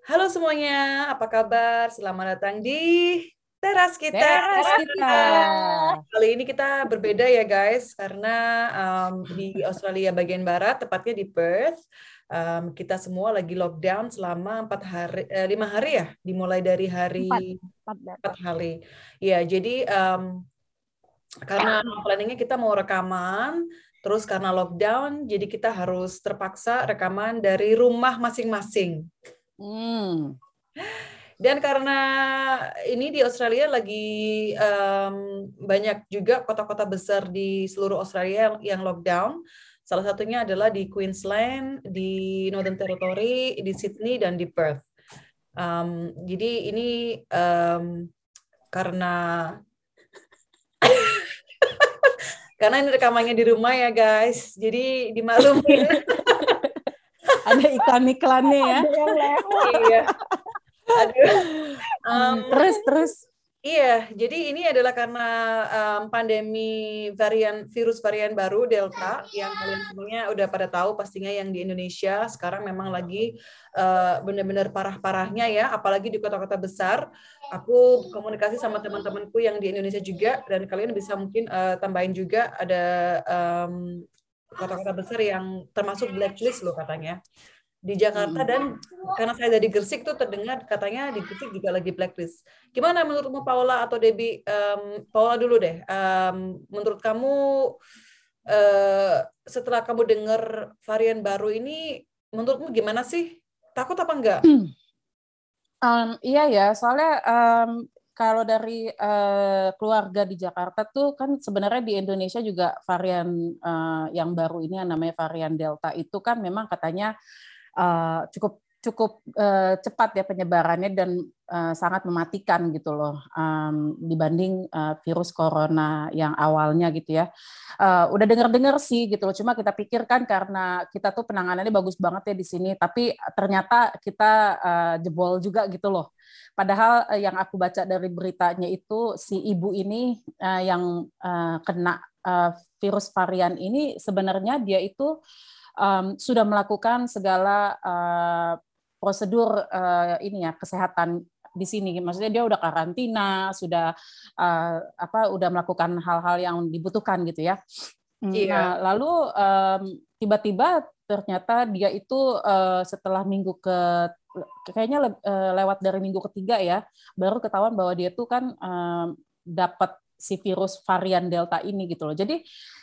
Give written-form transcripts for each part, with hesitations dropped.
Halo semuanya, apa kabar? Selamat datang di teras kita. Teras kita. Kali ini kita berbeda ya guys, karena di Australia bagian barat, tepatnya di Perth, kita semua lagi lockdown selama 5 hari ya, dimulai dari hari Empat. Empat, Dad. 4 hari. Ya, jadi karena planningnya kita mau rekaman, terus karena lockdown, jadi kita harus terpaksa rekaman dari rumah masing-masing. Hmm. Dan karena ini di Australia lagi banyak juga kota-kota besar di seluruh Australia yang lockdown. Salah satunya adalah di Queensland, di Northern Territory, di Sydney, dan di Perth. Jadi ini karena ini rekamannya di rumah ya guys. Jadi dimaklumi. Ada iklan-iklannya ya. Ada yang lewat. Iya. Aduh. Terus. Iya, jadi ini adalah karena pandemi virus varian baru Delta yang kalian semuanya udah pada tahu pastinya yang di Indonesia sekarang memang lagi benar-benar parah-parahnya ya, apalagi di kota-kota besar. Aku komunikasi sama teman-temanku yang di Indonesia juga dan kalian bisa mungkin tambahin juga ada kota-kota besar yang termasuk blacklist loh katanya. Di Jakarta dan karena saya dari Gresik tuh terdengar katanya di Gresik juga lagi blacklist. Gimana menurutmu Paula atau Debbie? Paula dulu deh. Menurut kamu setelah kamu dengar varian baru ini, menurutmu gimana sih? Takut apa enggak? Iya ya, soalnya kalau dari keluarga di Jakarta tuh kan sebenarnya di Indonesia juga varian yang baru ini yang namanya varian Delta itu kan memang katanya cukup cepat ya penyebarannya dan sangat mematikan gitu loh dibanding virus corona yang awalnya gitu ya. Udah dengar-dengar sih gitu loh, cuma kita pikirkan karena kita tuh penanganannya bagus banget ya di sini, tapi ternyata kita jebol juga gitu loh. Padahal yang aku baca dari beritanya itu si ibu ini yang kena virus varian ini sebenarnya dia itu sudah melakukan segala prosedur ini ya kesehatan di sini. Maksudnya dia udah karantina, sudah udah melakukan hal-hal yang dibutuhkan gitu ya. Nah, lalu tiba-tiba ternyata dia itu setelah kayaknya lewat dari minggu ketiga ya, baru ketahuan bahwa dia tuh kan dapat si virus varian Delta ini gitu loh. Jadi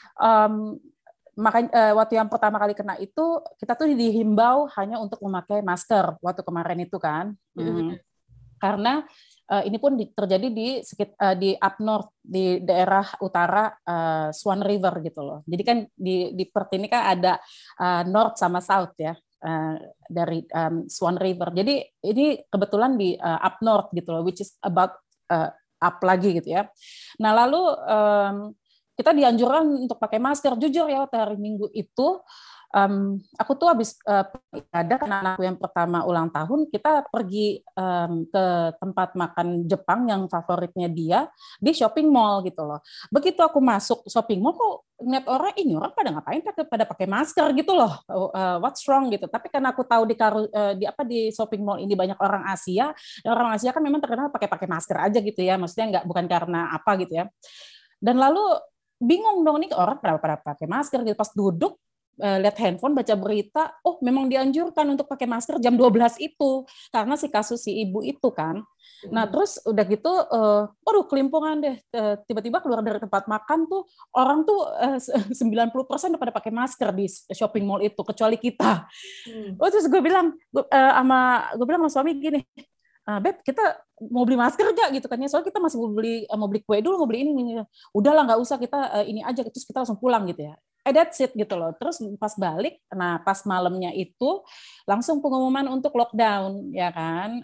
makanya waktu yang pertama kali kena itu kita tuh dihimbau hanya untuk memakai masker waktu kemarin itu kan. Karena ini pun terjadi di up north di daerah utara Swan River gitu loh. Jadi kan di Perth ini kan ada north sama south ya dari Swan River. Jadi ini kebetulan di up north gitu loh, which is about up lagi gitu ya. Nah lalu kita dianjurkan untuk pakai masker. Jujur ya, waktu hari Minggu itu aku tuh habis ada karena anakku yang pertama ulang tahun, kita pergi ke tempat makan Jepang yang favoritnya dia di shopping mall gitu loh. Begitu aku masuk shopping mall kok ngeliat ini orang pada ngapain pada pakai masker gitu loh. What's wrong gitu. Tapi karena aku tahu di shopping mall ini banyak orang Asia, orang Asia kan memang terkenal pakai masker aja gitu ya. Maksudnya bukan karena apa gitu ya. Dan lalu bingung dong nih orang pada pakai masker gitu. Pas duduk lihat handphone baca berita, oh memang dianjurkan untuk pakai masker jam 12 itu karena si kasus si ibu itu kan. Nah terus udah gitu, waduh kelimpungan deh. Tiba-tiba keluar dari tempat makan tuh orang tuh 90% udah pada pakai masker di shopping mall itu kecuali kita. Oh terus gue bilang sama suami gini, Beb, kita mau beli masker nggak gitu kan ya? Soalnya kita masih mau beli kue dulu, mau beli ini. Udahlah nggak usah kita ini aja, terus kita langsung pulang gitu ya. That's it gitu loh. Terus pas balik, nah pas malamnya itu langsung pengumuman untuk lockdown ya kan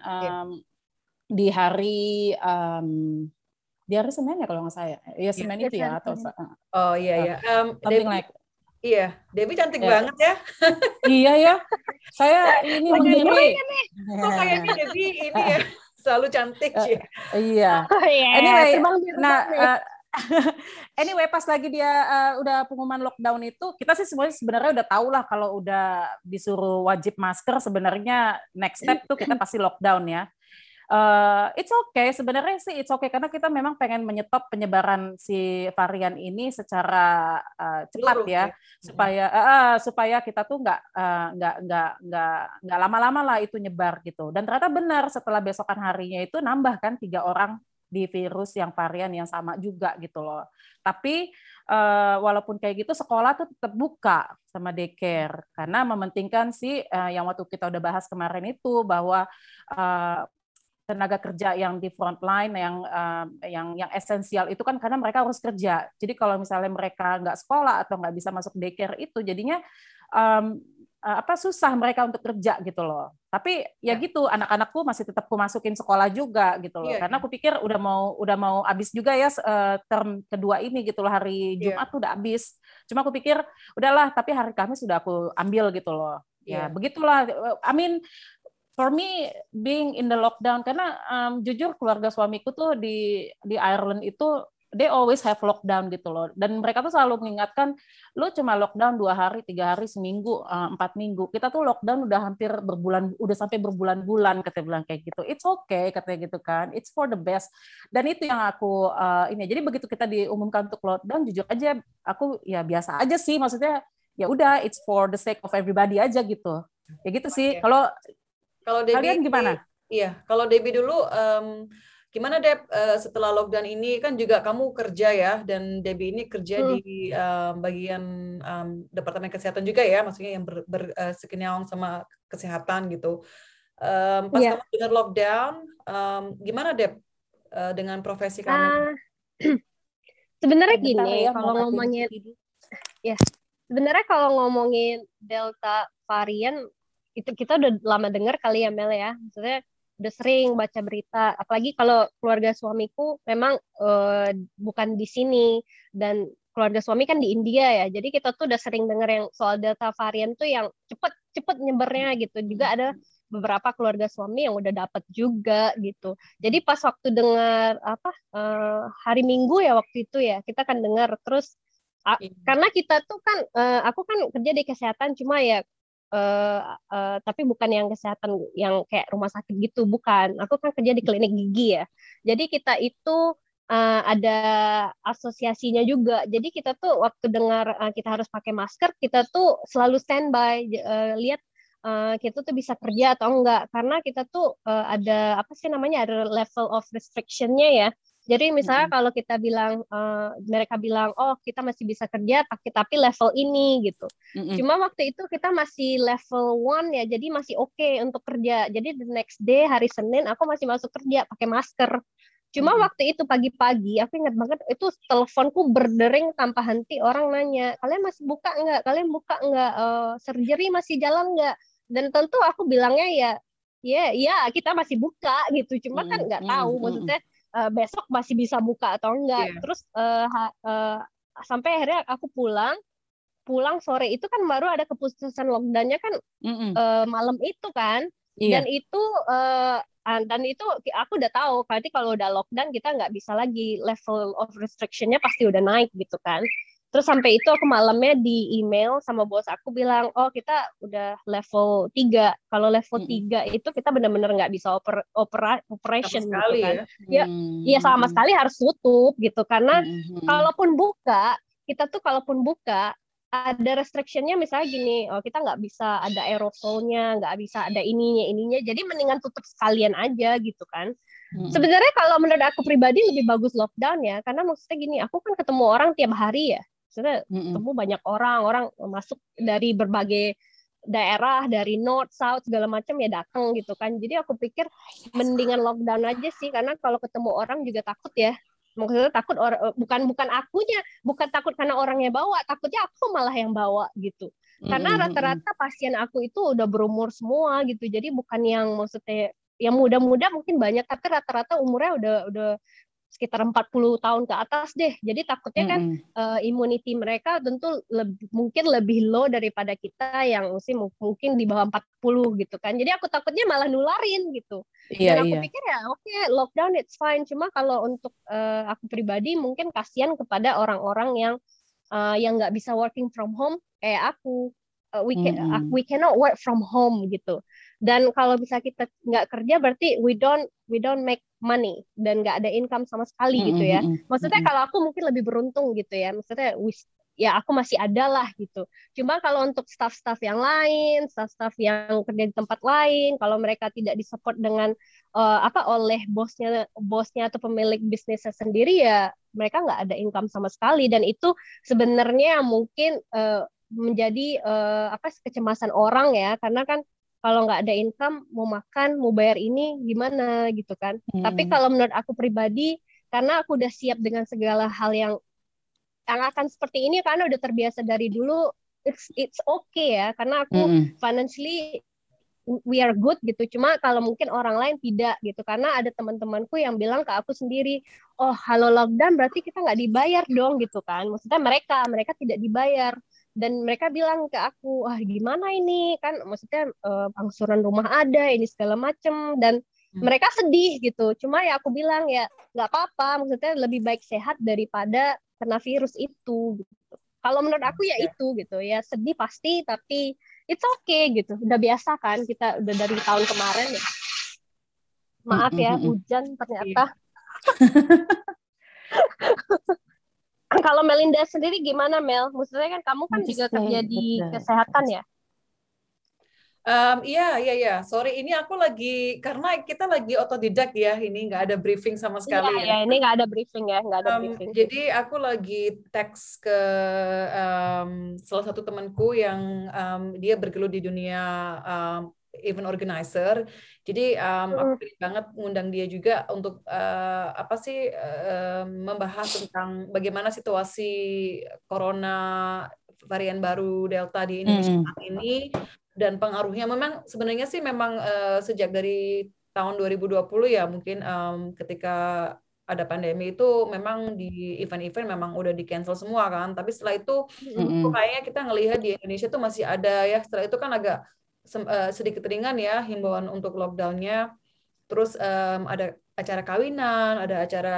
di hari Senin ya kalau nggak saya. Ya Senin itu ya atau oh iya. Something like. Iya, Debbie cantik banget ya. Iya ya, saya ini mengiri. Kok kayaknya Debbie ini ya selalu cantik sih. Iya. Oh, yeah. Anyway, Anyway, pas lagi dia udah pengumuman lockdown itu, kita sih sebenarnya udah tahu lah kalau udah disuruh wajib masker, sebenarnya next step tuh kita pasti lockdown ya. It's okay, sebenarnya sih it's okay karena kita memang pengen menyetop penyebaran si varian ini secara cepat ya, supaya kita tuh nggak lama-lama lah itu nyebar gitu. Dan ternyata benar setelah besokan harinya itu nambah kan 3 orang di virus yang varian yang sama juga gitu loh. Tapi walaupun kayak gitu sekolah tuh tetap buka sama daycare karena mementingkan sih yang waktu kita udah bahas kemarin itu bahwa tenaga kerja yang di front line yang esensial itu kan karena mereka harus kerja. Jadi kalau misalnya mereka nggak sekolah atau nggak bisa masuk daycare itu jadinya susah mereka untuk kerja gitu loh. Tapi ya gitu anak-anakku masih tetap aku masukin sekolah juga gitu loh. Karena aku pikir udah mau habis juga ya term kedua ini gitu loh, hari Jumat tuh udah habis. Cuma aku pikir udahlah, tapi hari Kamis sudah aku ambil gitu loh. Ya begitulah. I mean for me being in the lockdown karena jujur keluarga suamiku tuh di Ireland itu they always have lockdown gitu loh, dan mereka tuh selalu mengingatkan lu cuma lockdown 2 hari 3 hari seminggu 4 minggu, kita tuh lockdown udah hampir udah sampai berbulan-bulan, katanya bilang kayak gitu. It's okay katanya gitu kan, it's for the best. Dan itu yang aku ini jadi begitu kita diumumkan untuk lockdown, jujur aja aku ya biasa aja sih, maksudnya ya udah it's for the sake of everybody aja gitu ya gitu sih. Kalau Debbie, kalian gimana? Iya, kalau Debbie dulu, gimana Deb? Setelah lockdown ini kan juga kamu kerja ya, dan Debbie ini kerja di bagian Departemen Kesehatan juga ya, maksudnya yang bersekiniawan sama kesehatan gitu. Pas kamu dengar lockdown, gimana Deb dengan profesi kamu? Sebenarnya gini, kalau ngomongin, sebenarnya kalau ngomongin Delta varian itu kita udah lama dengar kali ya Mel ya, maksudnya udah sering baca berita, apalagi kalau keluarga suamiku memang bukan di sini dan keluarga suami kan di India ya, jadi kita tuh udah sering dengar yang soal Delta varian tuh yang cepet nyebarnya gitu. Juga ada beberapa keluarga suami yang udah dapat juga gitu. Jadi pas waktu dengar hari Minggu ya waktu itu ya, kita kan dengar terus karena kita tuh kan aku kan kerja di kesehatan, cuma ya tapi bukan yang kesehatan yang kayak rumah sakit gitu, bukan. Aku kan kerja di klinik gigi ya. Jadi kita itu ada asosiasinya juga. Jadi kita tuh waktu dengar kita harus pakai masker, kita tuh selalu standby lihat kita tuh bisa kerja atau enggak. Karena kita tuh ada apa sih namanya, ada level of restriction-nya ya. Jadi misalnya kalau kita bilang, mereka bilang, oh kita masih bisa kerja tapi level ini gitu. Cuma waktu itu kita masih level 1 ya, jadi masih oke untuk kerja. Jadi the next day, hari Senin, aku masih masuk kerja pakai masker. Cuma waktu itu pagi-pagi, aku ingat banget, itu teleponku berdering tanpa henti, orang nanya, kalian masih buka nggak? Kalian buka nggak? Surgery masih jalan nggak? Dan tentu aku bilangnya ya kita masih buka gitu. Cuma kan nggak tahu, maksudnya besok masih bisa buka atau enggak. Terus sampai akhirnya aku pulang sore itu kan baru ada keputusan lockdown-nya kan malam itu kan. Dan itu aku udah tahu berarti kalau udah lockdown kita nggak bisa lagi, level of restriction-nya pasti udah naik gitu kan. Terus sampai itu aku malamnya di email sama bos aku bilang, oh kita udah level 3. Kalau level 3 itu kita benar-benar nggak bisa operation gitu kan. Ya sama sekali harus tutup gitu. Karena kalaupun buka, kita tuh kalaupun buka, ada restriction-nya misalnya gini, oh kita nggak bisa ada aerosolnya, nggak bisa ada ininya. Jadi mendingan tutup sekalian aja gitu kan. Sebenarnya kalau menurut aku pribadi lebih bagus lockdown ya. Karena maksudnya gini, aku kan ketemu orang tiap hari ya. Maksudnya ketemu banyak orang masuk dari berbagai daerah, dari north, south, segala macam ya datang gitu kan. Jadi aku pikir mendingan lockdown aja sih, karena kalau ketemu orang juga takut ya. Maksudnya takut bukan akunya, bukan takut karena orangnya bawa, takutnya aku malah yang bawa gitu. Karena rata-rata pasien aku itu udah berumur semua gitu. Jadi bukan yang maksudnya yang muda-muda mungkin banyak, tapi rata-rata umurnya udah sekitar 40 tahun ke atas deh. Jadi takutnya kan immunity mereka tentu mungkin lebih low daripada kita yang usia mungkin di bawah 40 gitu kan. Jadi aku takutnya malah nularin gitu. Dan aku pikir ya oke, lockdown it's fine. Cuma kalau untuk aku pribadi mungkin kasihan kepada orang-orang yang nggak bisa working from home kayak aku. We cannot work from home gitu. Dan kalau bisa kita nggak kerja berarti we don't make money dan nggak ada income sama sekali gitu ya. Maksudnya kalau aku mungkin lebih beruntung gitu ya. Maksudnya ya aku masih ada lah gitu. Cuma kalau untuk staff-staff yang lain, staff-staff yang kerja di tempat lain, kalau mereka tidak disupport dengan oleh bosnya atau pemilik bisnisnya sendiri ya mereka nggak ada income sama sekali dan itu sebenarnya mungkin menjadi kecemasan orang ya karena kan kalau nggak ada income, mau makan, mau bayar ini gimana gitu kan. Tapi kalau menurut aku pribadi, karena aku udah siap dengan segala hal yang akan seperti ini, karena udah terbiasa dari dulu, it's okay ya. Karena aku financially we are good gitu. Cuma kalau mungkin orang lain tidak gitu. Karena ada teman-temanku yang bilang ke aku sendiri, oh halo lockdown berarti kita nggak dibayar dong gitu kan. Maksudnya mereka tidak dibayar. Dan mereka bilang ke aku, wah gimana ini kan, maksudnya angsuran rumah ada, ini segala macem, dan mereka sedih gitu. Cuma ya aku bilang ya nggak apa-apa, maksudnya lebih baik sehat daripada kena virus itu. Gitu. Kalau menurut aku ya itu gitu, ya sedih pasti, tapi it's okay gitu. Udah biasa kan, kita udah dari tahun kemarin ya. Maaf ya, hujan ternyata. Kalau Melinda sendiri gimana Mel? Maksudnya kan kamu kan juga kerja di kesehatan ya? Iya. Sorry, ini aku karena kita lagi otodidak ya, ini nggak ada briefing sama sekali ya. Iya, ini nggak ada briefing ya, nggak ada briefing. Jadi aku lagi teks ke salah satu temanku yang dia bergelut di dunia event organizer. Jadi aku pilih banget ngundang dia juga untuk membahas tentang bagaimana situasi corona varian baru Delta di Indonesia saat ini dan pengaruhnya. Memang sebenarnya sih memang sejak dari tahun 2020 ya mungkin ketika ada pandemi itu memang di event-event memang udah di cancel semua kan. Tapi setelah itu kayaknya kita ngelihat di Indonesia tuh masih ada ya. Setelah itu kan agak sedikit ringan ya himbauan untuk lockdown-nya. Terus ada acara kawinan, ada acara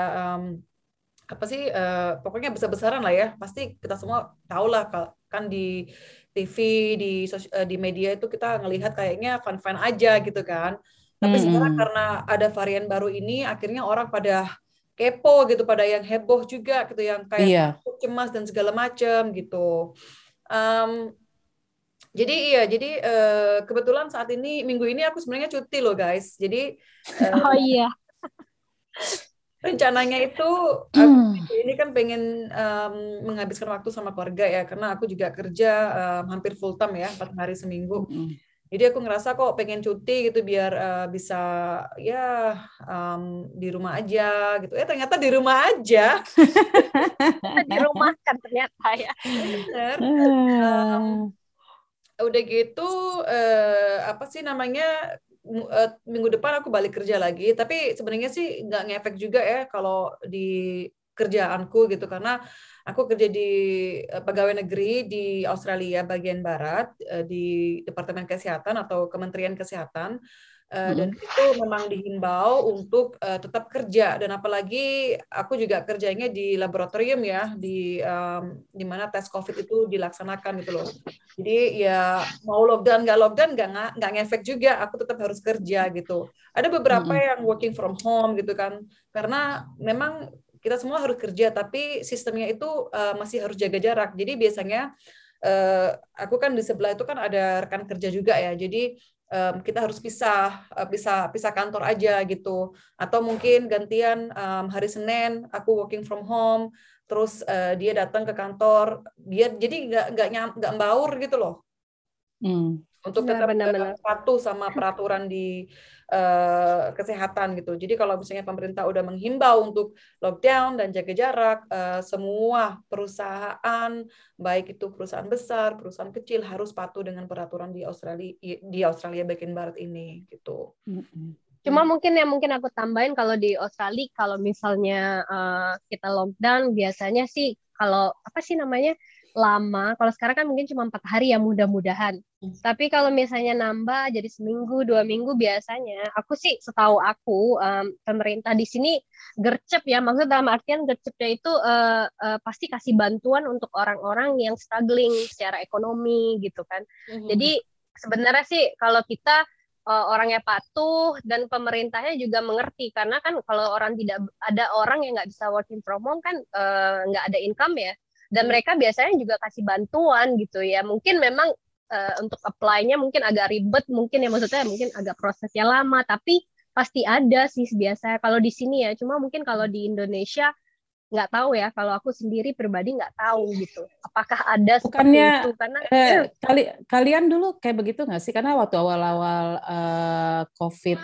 pokoknya besar-besaran lah ya. Pasti kita semua tahu lah kan di TV, di media itu kita ngelihat kayaknya fun-fun aja gitu kan. Tapi sekarang karena ada varian baru ini, akhirnya orang pada kepo gitu, pada yang heboh juga gitu, yang kayak cemas dan segala macam gitu. Jadi kebetulan saat ini minggu ini aku sebenarnya cuti loh guys. Jadi oh iya. Rencananya itu aku ini kan pengen menghabiskan waktu sama keluarga ya, karena aku juga kerja hampir full time ya, 4 hari seminggu. Jadi aku ngerasa kok pengen cuti gitu biar bisa ya di rumah aja gitu. Ternyata di rumah aja. Di rumah kan ternyata ya. Bener. Udah gitu minggu depan aku balik kerja lagi, tapi sebenarnya sih nggak ngefek juga ya kalau di kerjaanku gitu, karena aku kerja di pegawai negeri di Australia bagian barat di Departemen Kesehatan atau Kementerian Kesehatan. Dan itu memang dihimbau untuk tetap kerja, dan apalagi aku juga kerjanya di laboratorium ya, di mana tes COVID itu dilaksanakan gitu loh. Jadi ya mau lockdown nggak ngefek juga, aku tetap harus kerja gitu. Ada beberapa yang working from home gitu kan, karena memang kita semua harus kerja, tapi sistemnya itu masih harus jaga jarak. Jadi biasanya aku kan di sebelah itu kan ada rekan kerja juga ya, jadi kita harus pisah kantor aja gitu, atau mungkin gantian hari Senin aku working from home, terus dia datang ke kantor, dia jadi nggak membaur gitu loh, untuk tetap patuh sama peraturan di kesehatan gitu. Jadi kalau misalnya pemerintah udah menghimbau untuk lockdown dan jaga jarak, semua perusahaan, baik itu perusahaan besar, perusahaan kecil, harus patuh dengan peraturan di Australia bagian barat ini gitu. Cuma mungkin aku tambahin kalau di Australia kalau misalnya kita lockdown biasanya sih kalau apa sih namanya lama. Kalau sekarang kan mungkin cuma 4 hari ya mudah-mudahan. Tapi kalau misalnya nambah jadi seminggu 2 minggu biasanya aku sih setahu aku pemerintah di sini gercep ya maksud dalam artian gercepnya itu pasti kasih bantuan untuk orang-orang yang struggling secara ekonomi gitu kan. Jadi sebenarnya sih kalau kita orangnya patuh dan pemerintahnya juga mengerti karena kan kalau orang tidak ada orang yang nggak bisa working from home kan nggak ada income ya dan mereka biasanya juga kasih bantuan gitu ya mungkin memang untuk apply-nya mungkin agak ribet mungkin ya maksudnya mungkin agak prosesnya lama tapi pasti ada sih biasanya kalau di sini ya cuma mungkin kalau di Indonesia nggak tahu ya kalau aku sendiri pribadi nggak tahu gitu apakah ada seperti itu karena kalian dulu kayak begitu nggak sih karena waktu awal-awal COVID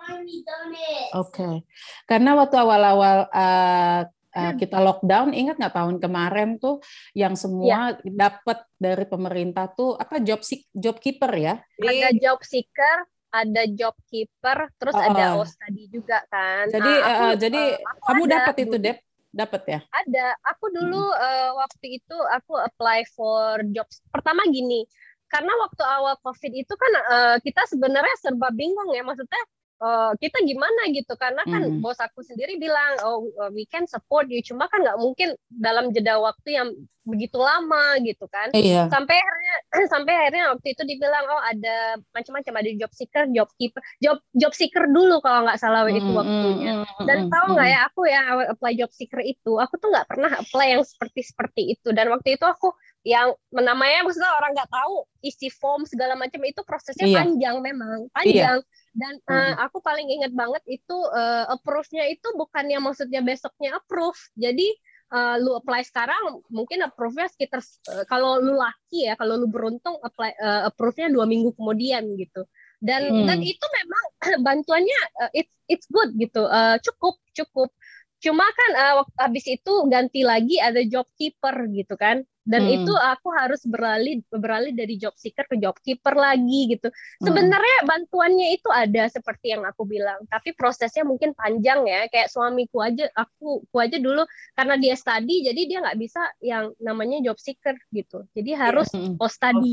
karena waktu awal-awal kita lockdown ingat nggak tahun kemarin tuh yang semua dapat dari pemerintah tuh apa job keeper ya ada job seeker ada job keeper terus ada study juga kan jadi kamu dapat itu Dep dapat ya? Ada. Aku dulu waktu itu aku apply for jobs. Pertama gini, karena waktu awal COVID itu kan kita sebenarnya serba bingung ya. Maksudnya kita gimana gitu. Karena kan bos aku sendiri bilang, we can support you. Cuma kan nggak mungkin dalam jeda waktu yang begitu lama gitu kan. Iya. Sampai akhirnya waktu itu dibilang, ada macam-macam. Ada job seeker, job keeper. Job seeker dulu kalau nggak salah itu waktunya. Dan tahu nggak ya aku ya apply job seeker itu aku tuh nggak pernah apply yang seperti itu dan waktu itu aku yang namanya maksudnya orang nggak tahu isi form segala macam itu prosesnya panjang memang panjang dan aku paling ingat banget itu approve-nya itu bukan yang maksudnya besoknya approve jadi lu apply sekarang mungkin approve-nya sekitar kalau lu laki ya kalau lu beruntung apply approve-nya 2 minggu kemudian gitu dan itu memang bantuannya it's good gitu cukup cuma kan habis itu ganti lagi ada job keeper gitu kan dan itu aku harus beralih dari job seeker ke job keeper lagi gitu sebenarnya bantuannya itu ada seperti yang aku bilang tapi prosesnya mungkin panjang ya kayak suamiku aja aku aja dulu karena dia study jadi dia nggak bisa yang namanya job seeker gitu jadi harus post study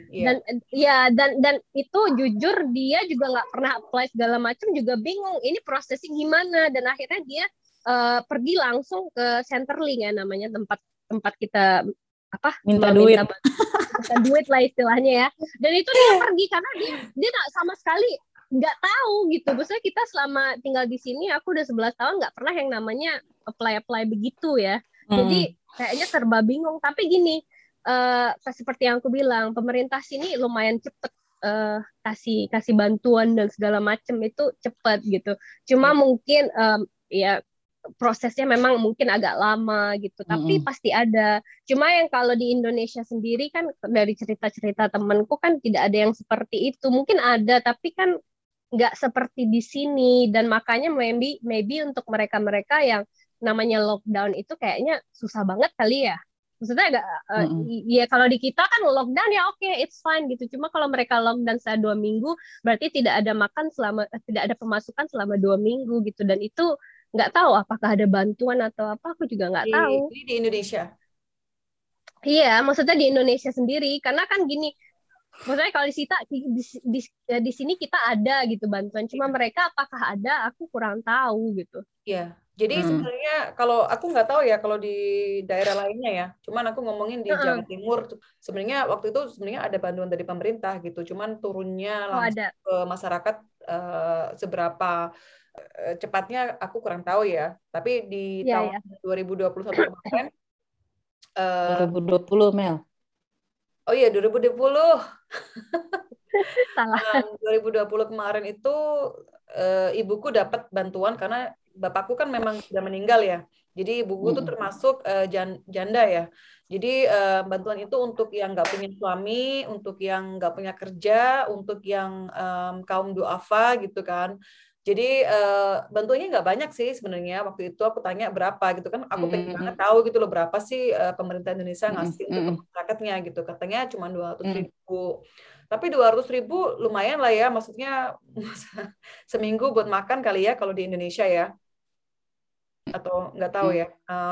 dan itu jujur dia juga nggak pernah apply segala macam juga bingung ini prosesnya gimana dan akhirnya dia pergi langsung ke Centerlink ya namanya tempat kita minta duit lah istilahnya ya dan itu dia pergi karena dia nggak sama sekali nggak tahu gitu maksudnya kita selama tinggal di sini aku udah 11 tahun nggak pernah yang namanya apply begitu ya jadi kayaknya serba bingung tapi gini seperti yang aku bilang pemerintah sini lumayan cepet kasih bantuan dan segala macam itu cepet gitu cuma mungkin ya prosesnya memang mungkin agak lama gitu, tapi pasti ada. Cuma yang kalau di Indonesia sendiri kan dari cerita-cerita temanku kan tidak ada yang seperti itu. Mungkin ada, tapi kan nggak seperti di sini. Dan makanya maybe untuk mereka-mereka yang namanya lockdown itu kayaknya susah banget kali ya. Maksudnya agak, ya kalau di kita kan lockdown ya oke, it's fine gitu. Cuma kalau mereka lockdown selama 2 minggu, berarti tidak ada tidak ada pemasukan selama 2 minggu gitu. Dan itu nggak tahu apakah ada bantuan atau apa aku juga nggak tahu. Ini di Indonesia. Iya, maksudnya di Indonesia sendiri karena kan gini, maksudnya kalau di sini kita ada gitu bantuan, cuma mereka apakah ada aku kurang tahu gitu. Iya, jadi sebenarnya kalau aku nggak tahu ya kalau di daerah lainnya ya, cuman aku ngomongin di Jawa Timur, sebenarnya waktu itu sebenarnya ada bantuan dari pemerintah gitu, cuman turunnya langsung ke masyarakat seberapa cepatnya aku kurang tahu ya, tapi di tahun 2021 kemarin 2020 Mel. Oh iya 2020. Salah. 2020 kemarin itu ibuku dapat bantuan karena bapakku kan memang sudah meninggal ya. Jadi ibuku tuh termasuk janda ya. Jadi bantuan itu untuk yang nggak punya suami, untuk yang nggak punya kerja, untuk yang kaum duafa gitu kan. Jadi bantuannya nggak banyak sih sebenarnya. Waktu itu aku tanya berapa gitu kan. Aku pengen banget tahu gitu loh berapa sih pemerintah Indonesia ngasih untuk masyarakatnya gitu. Katanya cuma 200.000. Tapi 200.000 lumayan lah ya. Maksudnya seminggu buat makan kali ya kalau di Indonesia ya. Atau nggak tahu ya.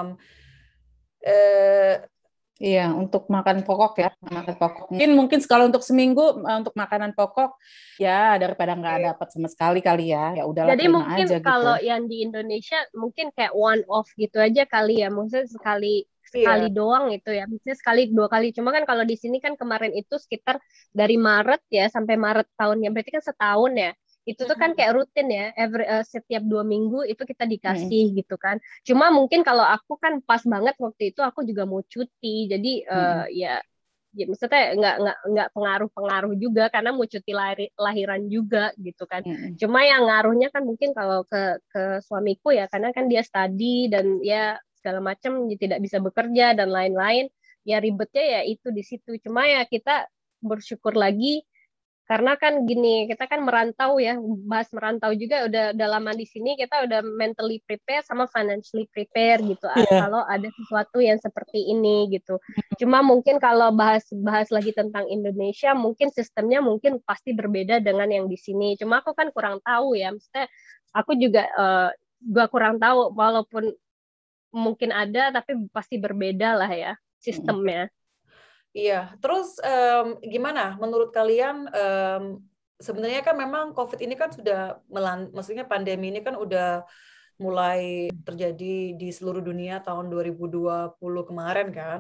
Iya, untuk makan pokok ya, makan pokok. Mungkin kalau untuk seminggu untuk makanan pokok ya daripada nggak dapat sama sekali kali ya. Ya udahlah Jadi terima mungkin aja gitu. kalau yang di Indonesia mungkin kayak one off gitu aja kali ya. Maksudnya sekali Iya. doang itu ya. Maksudnya sekali dua kali. Cuma kan kalau di sini kan kemarin itu sekitar dari Maret ya sampai Maret tahunnya. Berarti kan setahun ya. Itu tuh kan kayak rutin ya. Setiap 2 minggu itu kita dikasih gitu kan. Cuma mungkin kalau aku kan pas banget waktu itu aku juga mau cuti. Jadi ya maksudnya nggak pengaruh juga karena mau cuti lahiran juga gitu kan. Cuma yang ngaruhnya kan mungkin kalau ke suamiku ya karena kan dia study dan ya segala macam tidak bisa bekerja dan lain-lain. Ya ribetnya ya itu di situ. Cuma ya kita bersyukur lagi karena kan gini, kita kan merantau ya, bahas merantau juga udah lama di sini, kita udah mentally prepare sama financially prepare gitu. Kalau ada sesuatu yang seperti ini gitu. Cuma mungkin kalau bahas lagi tentang Indonesia, mungkin sistemnya mungkin pasti berbeda dengan yang di sini. Cuma aku kan kurang tahu ya, maksudnya aku juga gua kurang tahu, walaupun mungkin ada, tapi pasti berbeda lah ya sistemnya. Iya, terus gimana menurut kalian? Sebenarnya kan memang COVID ini kan sudah maksudnya pandemi ini kan udah mulai terjadi di seluruh dunia tahun 2020 kemarin kan.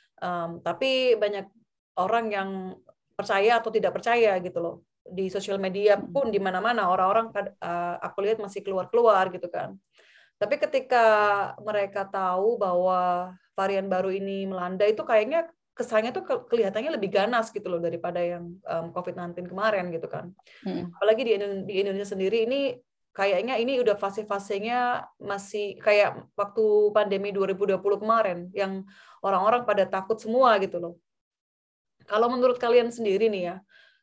Tapi banyak orang yang percaya atau tidak percaya gitu loh. Di sosial media pun di mana-mana orang-orang aku lihat masih keluar-keluar gitu kan. Tapi ketika mereka tahu bahwa varian baru ini melanda itu kayaknya kesannya tuh kelihatannya lebih ganas gitu loh daripada yang COVID-19 kemarin gitu kan. Apalagi di Indonesia sendiri ini kayaknya ini udah fase-fasenya masih kayak waktu pandemi 2020 kemarin yang orang-orang pada takut semua gitu loh. Kalau menurut kalian sendiri nih ya,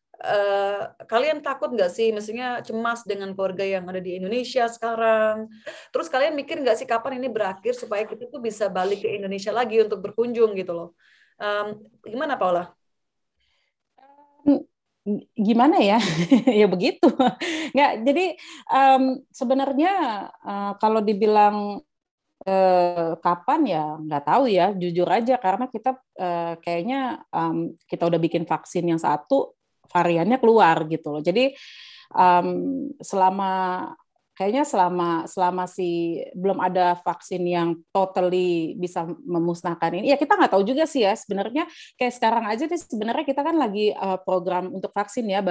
kalian takut nggak sih, maksudnya cemas dengan keluarga yang ada di Indonesia sekarang? Terus kalian mikir nggak sih kapan ini berakhir supaya kita tuh bisa balik ke Indonesia lagi untuk berkunjung gitu loh? Gimana Paula? Gimana ya? Ya begitu. Nggak, jadi sebenarnya kalau dibilang kapan ya nggak tahu ya, jujur aja karena kita kayaknya kita udah bikin vaksin yang satu variannya keluar gitu loh. Jadi selama kayaknya selama belum ada vaksin yang totally bisa memusnahkan ini, ya kita nggak tahu juga sih ya sebenarnya. Kayak sekarang aja nih sebenarnya kita kan lagi program untuk vaksin ya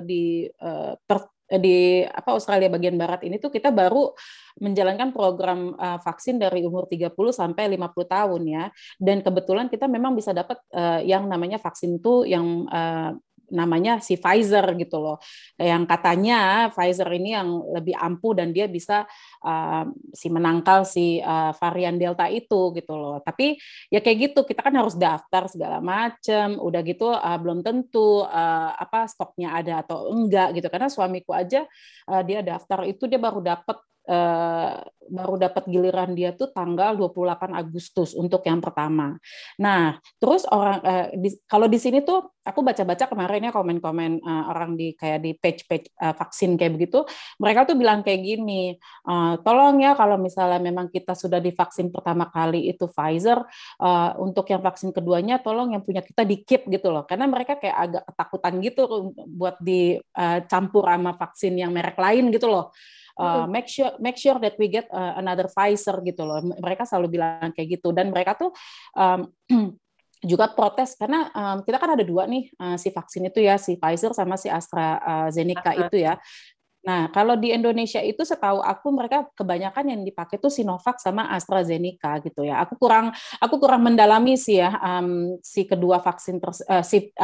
di Australia bagian barat ini tuh kita baru menjalankan program vaksin dari umur 30 sampai 50 tahun ya. Dan kebetulan kita memang bisa dapat yang namanya vaksin tuh yang namanya si Pfizer gitu loh. Yang katanya Pfizer ini yang lebih ampuh dan dia bisa menangkal si varian Delta itu gitu loh. Tapi ya kayak gitu, kita kan harus daftar segala macam. Udah gitu belum tentu stoknya ada atau enggak gitu. Karena suamiku aja dia daftar itu dia baru dapat giliran dia tuh tanggal 28 Agustus untuk yang pertama. Nah, terus kalau di sini tuh aku baca-baca kemarin ya komen-komen orang kayak di page-page vaksin kayak begitu, mereka tuh bilang kayak gini, tolong ya kalau misalnya memang kita sudah divaksin pertama kali itu Pfizer, untuk yang vaksin keduanya tolong yang punya kita di-keep gitu loh, karena mereka kayak agak ketakutan gitu buat dicampur sama vaksin yang merek lain gitu loh. Make sure that we get another Pfizer gitu loh. Mereka selalu bilang kayak gitu, dan mereka tuh juga protes karena kita kan ada dua nih si vaksin itu ya, si Pfizer sama si AstraZeneca itu ya. Nah, kalau di Indonesia itu setahu aku mereka kebanyakan yang dipakai tuh Sinovac sama AstraZeneca gitu ya. Aku kurang mendalami sih ya si kedua vaksin si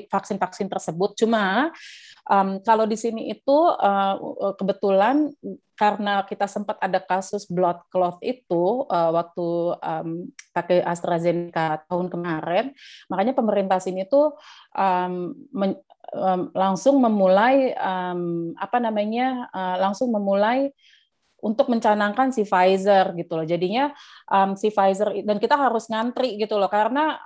vaksin-vaksin tersebut. Cuma kalau di sini itu kebetulan karena kita sempat ada kasus blood clot itu waktu pakai AstraZeneca tahun kemarin, makanya pemerintah sini tuh langsung memulai langsung memulai untuk mencanangkan si Pfizer gitu loh. Jadinya si Pfizer, dan kita harus ngantri gitu loh, karena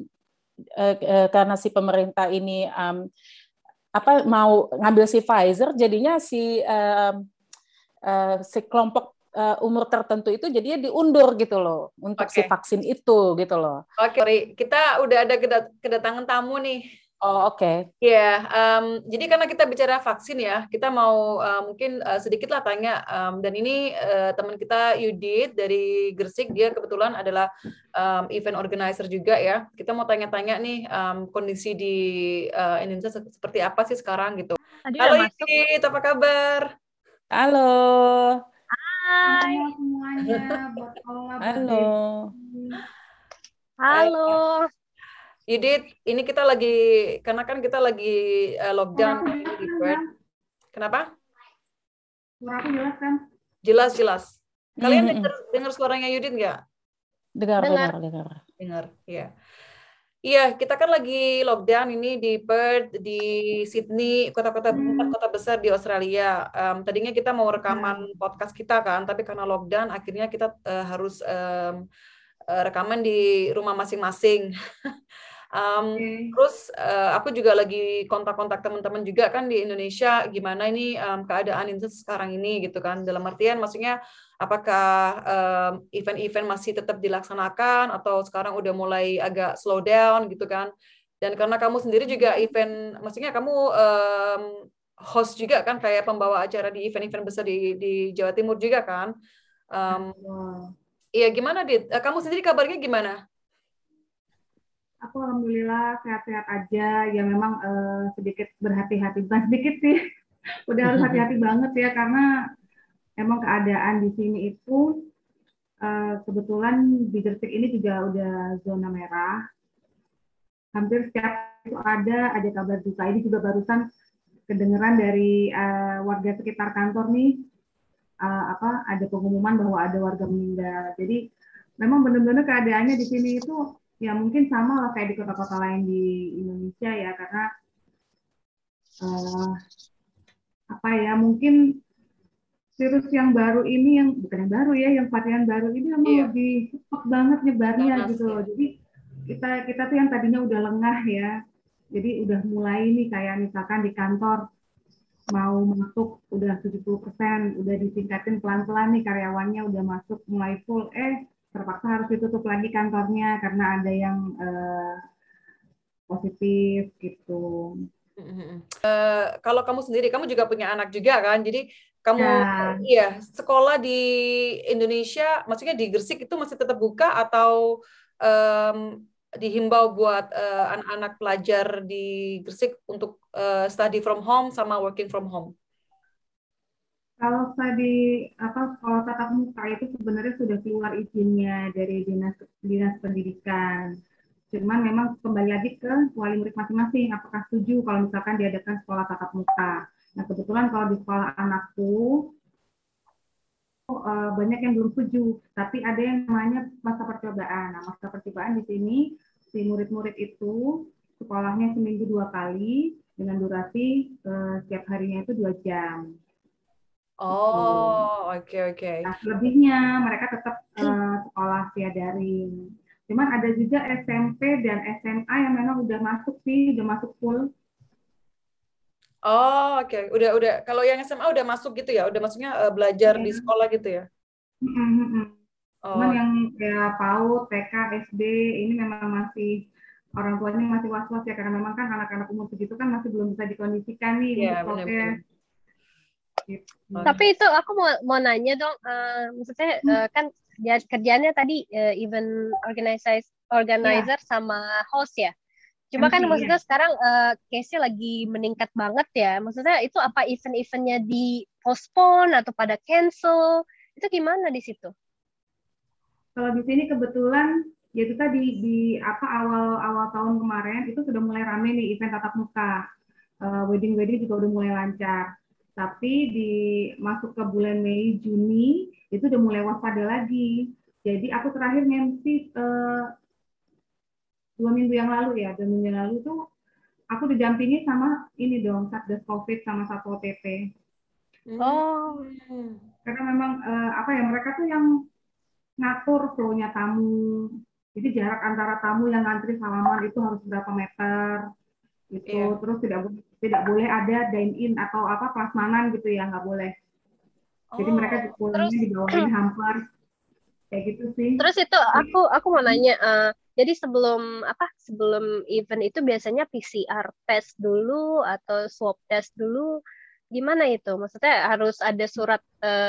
si pemerintah ini mau ngambil si Pfizer, jadinya si kelompok umur tertentu itu jadinya diundur gitu loh untuk si vaksin itu gitu loh. Oke, kita udah ada kedatangan tamu nih. Oh, oke. Ya, jadi karena kita bicara vaksin ya, kita mau mungkin sedikit lah tanya, dan ini teman kita Yudit dari Gresik, dia kebetulan adalah event organizer juga ya. Kita mau tanya-tanya nih kondisi di Indonesia seperti apa sih sekarang gitu. Halo Yudit, apa kabar? Halo. Hai semuanya, buat Halo. Halo. Yudit, ini kita lagi, karena kan kita lagi lockdown di Perth. Kenapa? Suara aku jelas kan? Jelas. Kalian dengar suaranya Yudit nggak? Dengar. Ya. Iya, kita kan lagi lockdown ini di Perth, di Sydney, kota-kota besar di Australia. Tadinya kita mau rekaman podcast kita kan, tapi karena lockdown, akhirnya kita harus rekaman di rumah masing-masing. Terus aku juga lagi kontak-kontak teman-teman juga kan di Indonesia, gimana ini keadaan Indonesia sekarang ini gitu kan, dalam artian maksudnya apakah event-event masih tetap dilaksanakan atau sekarang udah mulai agak slow down gitu kan. Dan karena kamu sendiri juga event, maksudnya kamu host juga kan, kayak pembawa acara di event-event besar di Jawa Timur juga kan. Iya, gimana Dit? Kamu sendiri kabarnya gimana? Aku alhamdulillah sehat-sehat aja. Ya memang sedikit berhati-hati, bukan sedikit sih. Udah harus hati-hati banget ya, karena emang keadaan di sini itu kebetulan di Gresik ini juga udah zona merah. Hampir setiap itu ada kabar duka. Ini juga barusan kedengeran dari warga sekitar kantor nih, ada pengumuman bahwa ada warga meninggal. Jadi memang benar-benar keadaannya di sini itu ya mungkin sama lah kayak di kota-kota lain di Indonesia ya, karena mungkin virus yang baru ini, yang bukan yang baru ya, yang varian baru ini memang lebih cepat banget nyebarnya gitu loh. Jadi kita tuh yang tadinya udah lengah ya, jadi udah mulai nih kayak misalkan di kantor mau masuk udah 70%, udah ditingkatin pelan-pelan nih karyawannya udah masuk mulai full, terpaksa harus ditutup lagi kantornya karena ada yang positif gitu. Kalau kamu sendiri, kamu juga punya anak juga kan, jadi kamu sekolah di Indonesia, maksudnya di Gresik itu masih tetap buka atau dihimbau buat anak-anak pelajar di Gresik untuk study from home sama working from home? Kalau sekolah tatap muka itu sebenarnya sudah keluar izinnya dari dinas pendidikan. Cuman memang kembali lagi ke wali murid masing-masing, apakah setuju kalau misalkan diadakan sekolah tatap muka. Nah kebetulan kalau di sekolah anakku banyak yang belum setuju, tapi ada yang namanya masa percobaan. Nah masa percobaan di sini si murid-murid itu sekolahnya seminggu 2 kali dengan durasi setiap harinya itu 2 jam. Oh, oke. Nah, lebihnya mereka tetap sekolah via daring. Cuman ada juga SMP dan SMA yang memang udah masuk full. Oh, oke. Udah. Kalau yang SMA udah masuk gitu ya? Udah maksudnya belajar di sekolah gitu ya? Cuman yang kayak PAUD, TK, SD ini memang masih orang tuanya masih was-was ya, karena memang kan anak-anak umur segitu kan masih belum bisa dikondisikan nih untuk proses. Gitu. Tapi itu aku mau nanya dong, maksudnya kan kerjaannya tadi event organizer sama host ya. Cuma kan maksudnya sekarang case-nya lagi meningkat banget ya. Maksudnya itu apa event-eventnya di postpone atau pada cancel? Itu gimana di situ? Kalau di sini kebetulan ya kita di awal tahun kemarin itu sudah mulai rame nih event tatap muka. Wedding juga udah mulai lancar. Tapi masuk ke bulan Mei, Juni, itu udah mulai waspada lagi. Jadi aku terakhir MC 2 minggu yang lalu ya, 2 minggu yang lalu tuh aku didampingi sama ini dong, Satgas Covid sama Satpol PP. Oh. Karena memang mereka tuh yang ngatur flow-nya tamu. Jadi jarak antara tamu yang ngantri salaman itu harus berapa meter gitu. Iya. Terus tidak boleh ada dine in atau prasmanan gitu ya, nggak boleh. Jadi mereka pulangnya dibawain hamper kayak gitu sih. Terus itu aku mau nanya, jadi sebelum event itu biasanya PCR test dulu atau swab test dulu, gimana itu? Maksudnya harus ada surat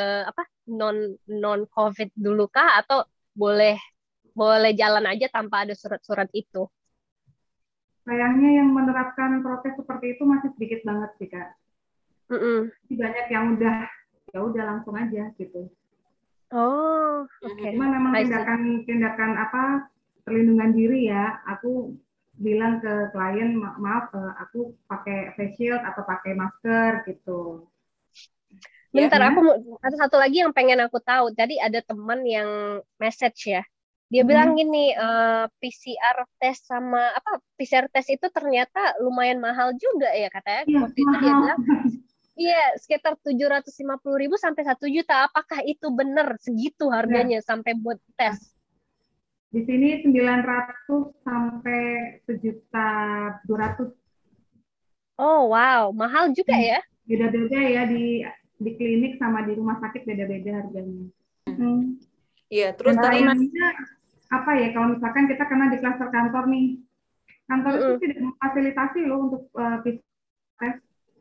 non COVID dulu kah atau boleh jalan aja tanpa ada surat-surat itu? Sayangnya yang menerapkan prokes seperti itu masih sedikit banget sih Kak. Jadi banyak yang udah langsung aja gitu. Oh, oke. Cuma memang tindakan perlindungan diri ya. Aku bilang ke klien, maaf, aku pakai face shield atau pakai masker gitu. Bentar, aku ada satu lagi yang pengen aku tahu. Tadi ada teman yang message ya. Dia bilang gini, PCR test sama PCR test itu ternyata lumayan mahal juga ya katanya. Iya, waktu itu dia bilang, iya sekitar 750.000 sampai 1 juta. Apakah itu benar segitu harganya sampai buat tes? Di sini 900 sampai 1.200.000. Oh wow, mahal juga ya? Beda-beda ya di klinik sama di rumah sakit beda-beda harganya. Iya, terus tadi kalau misalkan kita kena di klaster kantor nih, kantor itu tidak memfasilitasi loh untuk tes.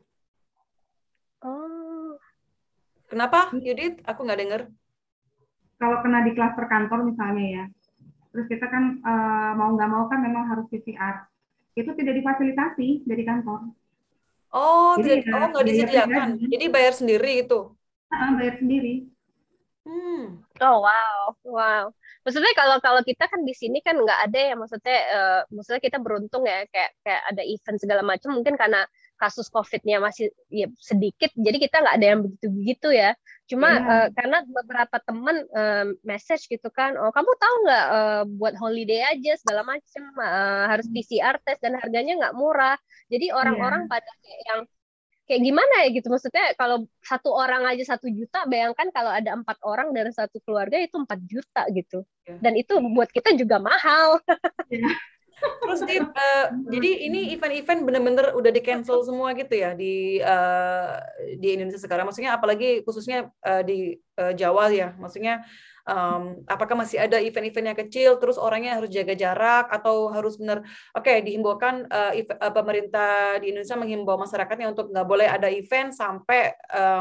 Oh. Kenapa, Yudit? Aku nggak dengar. Kalau kena di klaster kantor misalnya ya, terus kita kan mau nggak mau kan memang harus PCR. Itu tidak difasilitasi dari kantor. Oh, nggak disediakan. Jadi bayar sendiri itu. Bayar sendiri. Oh wow. Maksudnya kalau kita kan di sini kan nggak ada ya, maksudnya kita beruntung ya kayak ada event segala macam, mungkin karena kasus COVID-nya masih ya, sedikit, jadi kita nggak ada yang begitu ya. Cuma karena beberapa teman message gitu kan, oh kamu tahu nggak buat holiday aja segala macam harus PCR test dan harganya nggak murah. Jadi orang-orang pada kayak gimana ya gitu, maksudnya kalau satu orang aja 1 juta, bayangkan kalau ada 4 orang dari satu keluarga itu 4 juta gitu, dan itu buat kita juga mahal. Terus jadi ini event-event bener-bener udah di cancel semua gitu ya di Indonesia sekarang, maksudnya apalagi khususnya di Jawa ya, maksudnya apakah masih ada event-event yang kecil terus orangnya harus jaga jarak atau harus benar dihimbaukan pemerintah di Indonesia menghimbau masyarakatnya untuk nggak boleh ada event sampai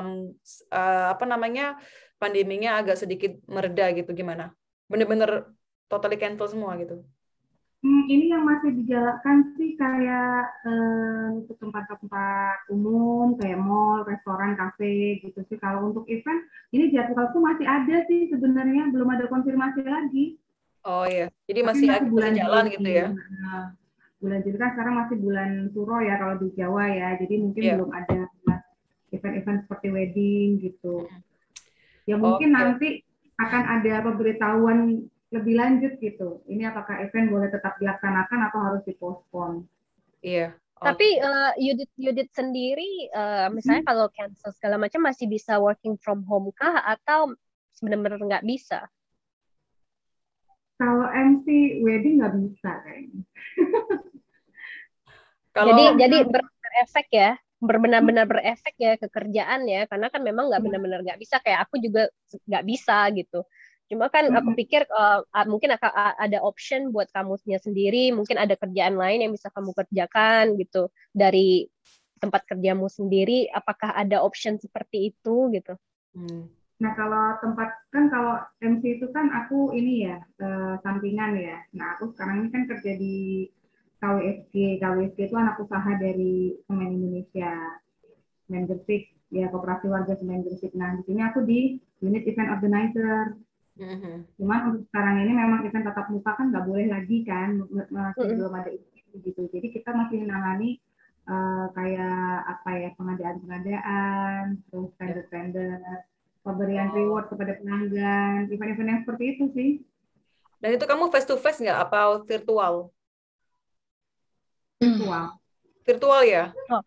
pandeminya agak sedikit mereda gitu, gimana? Bener-bener totally cancel semua gitu? Ini yang masih dijalankan sih kayak untuk tempat-tempat umum kayak mall, restoran, kafe gitu sih. Kalau untuk event ini jadwal tuh masih ada sih sebenarnya, belum ada konfirmasi lagi. Oh iya, jadi masih bulan jalan Juli, gitu ya? Bulan Juli kan sekarang masih bulan Suro ya kalau di Jawa ya, jadi mungkin belum ada event-event seperti wedding gitu. Ya mungkin nanti akan ada pemberitahuan lebih lanjut gitu. Ini apakah event boleh tetap dilaksanakan atau harus dipospon? Iya. Tapi Yudit sendiri, misalnya kalau cancel segala macam masih bisa working from home kah atau benar-benar nggak bisa? Kalau MC wedding nggak bisa kayaknya. Jadi berefek ya, benar-benar berefek ya ke kerjaan ya, karena kan memang nggak benar-benar nggak bisa, kayak aku juga nggak bisa gitu. Cuma kan aku pikir mungkin akan ada option buat kamunya sendiri, mungkin ada kerjaan lain yang bisa kamu kerjakan gitu dari tempat kerjamu sendiri. Apakah ada option seperti itu gitu? Nah kalau kalau MC itu kan aku ini ya sampingan ya. Nah aku sekarang ini kan kerja di KWSG. KWSG itu anak usaha dari Semen Indonesia, Semen Gresik, ya Koperasi Warga Semen Gresik. Nah di sini aku di unit event organizer. Cuman untuk sekarang ini memang event tatap muka kan nggak boleh lagi kan, masih belum ada itu gitu. Jadi kita masih menangani kayak apa ya, pengadaan-pengadaan, terus tender-tender, pemberian reward kepada pelanggan, event-event yang seperti itu sih. Dan itu kamu face to face nggak apa virtual? Virtual. Virtual ya? Oh.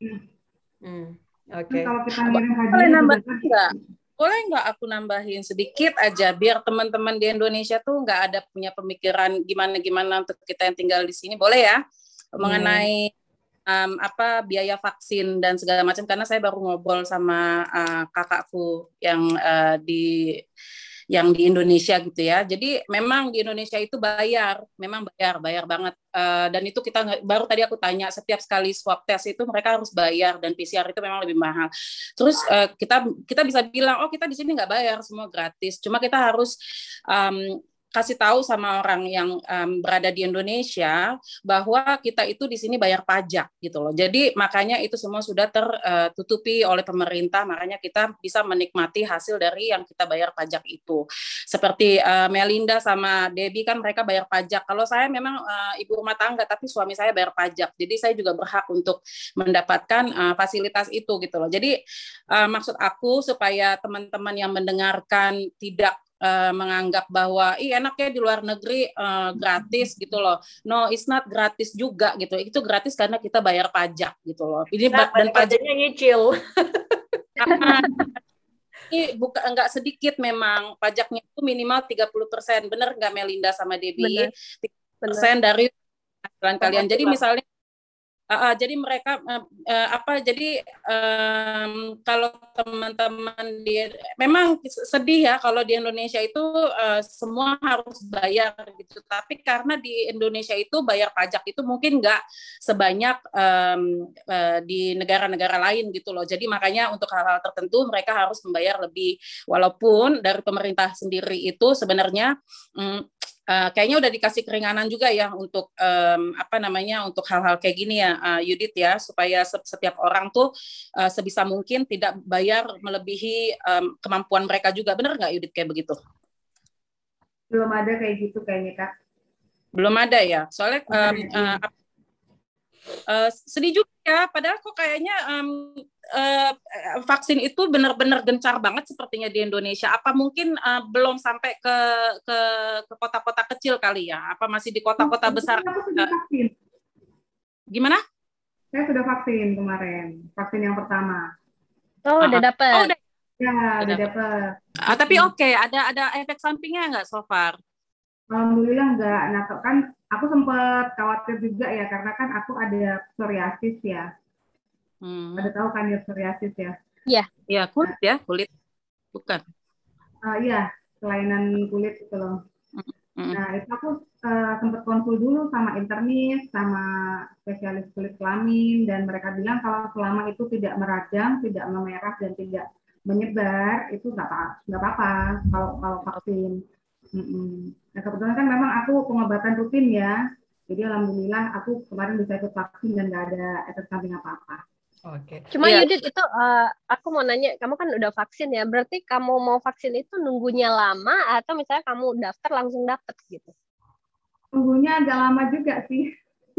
Oke. Kalau kita ngirim Boleh hadiah nambahin juga kan. nggak? Boleh nggak aku nambahin sedikit aja biar teman-teman di Indonesia tuh nggak ada punya pemikiran gimana-gimana untuk kita yang tinggal di sini. Boleh ya? Mengenai apa biaya vaksin dan segala macam, karena saya baru ngobrol sama kakakku yang di Indonesia gitu ya. Jadi memang di Indonesia itu memang bayar banget. Dan itu kita baru tadi aku tanya, setiap sekali swab test itu mereka harus bayar, dan PCR itu memang lebih mahal. Terus kita bisa bilang, oh kita di sini nggak bayar, semua gratis. Cuma kita harus kasih tahu sama orang yang berada di Indonesia bahwa kita itu di sini bayar pajak gitu loh. Jadi makanya itu semua sudah tertutupi oleh pemerintah, makanya kita bisa menikmati hasil dari yang kita bayar pajak itu. Seperti Melinda sama Debbie kan mereka bayar pajak. Kalau saya memang ibu rumah tangga tapi suami saya bayar pajak. Jadi saya juga berhak untuk mendapatkan fasilitas itu gitu loh. Jadi maksud aku supaya teman-teman yang mendengarkan tidak menganggap bahwa enaknya di luar negeri gratis gitu loh. No, it's not gratis juga gitu. Itu gratis karena kita bayar pajak gitu loh. Ini dan pajaknya nyicil. Ini bukan enggak sedikit memang, pajaknya itu minimal 30%. Bener nggak Melinda sama Debbie? 30% dari penghasilan kalian. Jadi misalnya jadi mereka kalau teman-teman memang sedih ya kalau di Indonesia itu semua harus bayar gitu, tapi karena di Indonesia itu bayar pajak itu mungkin nggak sebanyak di negara-negara lain gitu loh. Jadi makanya untuk hal-hal tertentu mereka harus membayar lebih, walaupun dari pemerintah sendiri itu sebenarnya kayaknya udah dikasih keringanan juga ya untuk untuk hal-hal kayak gini ya, Yudit ya, supaya setiap orang tuh sebisa mungkin tidak bayar melebihi kemampuan mereka juga. Bener nggak Yudit kayak begitu? Belum ada kayak gitu kayaknya Kak. Belum ada ya, soalnya sedih juga ya, padahal kok kayaknya vaksin itu benar-benar gencar banget sepertinya di Indonesia. Apa mungkin belum sampai ke kota-kota kecil kali ya? Apa masih di kota-kota besar? Aku sudah vaksin. Gimana? Saya sudah vaksin kemarin, vaksin yang pertama. Oh, udah dapat. Ya, udah dapat. Tapi oke, ada efek sampingnya nggak so far? Alhamdulillah enggak. Nah, kan aku sempat khawatir juga ya, karena kan aku ada psoriasis ya. Ada tahu kan ya psoriasis ya? Iya. Iya, kulit. Bukan. Iya, kelainan kulit itu loh. Nah, itu aku sempat konsul dulu sama internis, sama spesialis kulit kelamin, dan mereka bilang kalau selama itu tidak meradang, tidak memerah, dan tidak menyebar, itu nggak apa-apa kalau vaksin. Nah, kebetulan kan memang aku pengobatan rutin ya, jadi alhamdulillah aku kemarin bisa ikut vaksin dan nggak ada efek samping apa-apa. Oke. Cuma Yudit itu aku mau nanya, kamu kan udah vaksin ya, berarti kamu mau vaksin itu nunggunya lama atau misalnya kamu daftar langsung dapet gitu? Nunggunya agak lama juga sih.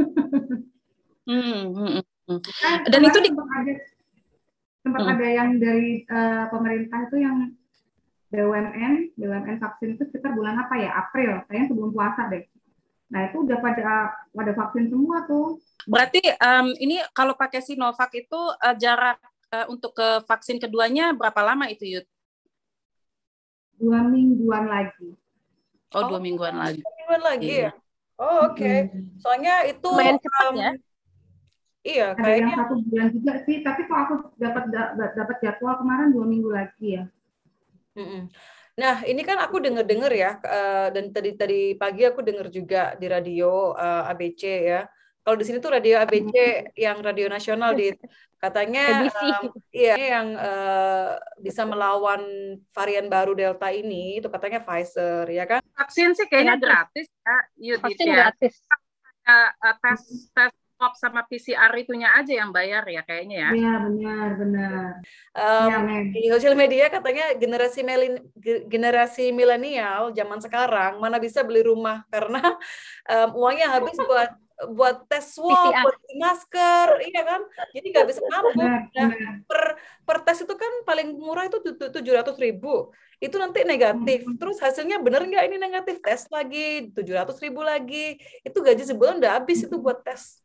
Dan itu sempat ada yang dari pemerintah itu yang BUMN vaksin itu sekitar bulan apa ya, April, kayaknya sebelum puasa deh. Nah itu udah pada vaksin semua tuh. Berarti ini kalau pakai Sinovac itu jarak untuk ke vaksin keduanya berapa lama itu, Yud? 2 mingguan lagi. Oh, 2 mingguan lagi. 2 mingguan lagi ya? Oh, oke. Soalnya itu main cepat ya? Iya, ada yang 1 bulan juga sih, tapi kok aku dapat jadwal kemarin 2 minggu lagi ya. Nah, ini kan aku dengar ya, dan tadi pagi aku dengar juga di radio ABC ya. Kalau di sini tuh radio ABC yang radio nasional katanya yang bisa melawan varian baru Delta ini itu katanya Pfizer ya kan? Vaksin sih kayaknya gratis ya, Yudit, vaksin gratis. Tes swab sama PCR itunya aja yang bayar ya kayaknya ya. Iya, benar. Di sosial media katanya generasi milenial zaman sekarang mana bisa beli rumah karena uangnya habis buat buat tes swab, PCR. buat beli masker, iya kan? Jadi nggak bisa ngambung. Nah, per tes itu kan paling murah itu 700.000. Itu nanti negatif. Terus hasilnya bener nggak ini negatif? Tes lagi 700.000 lagi. Itu gaji sebulan udah habis itu buat tes.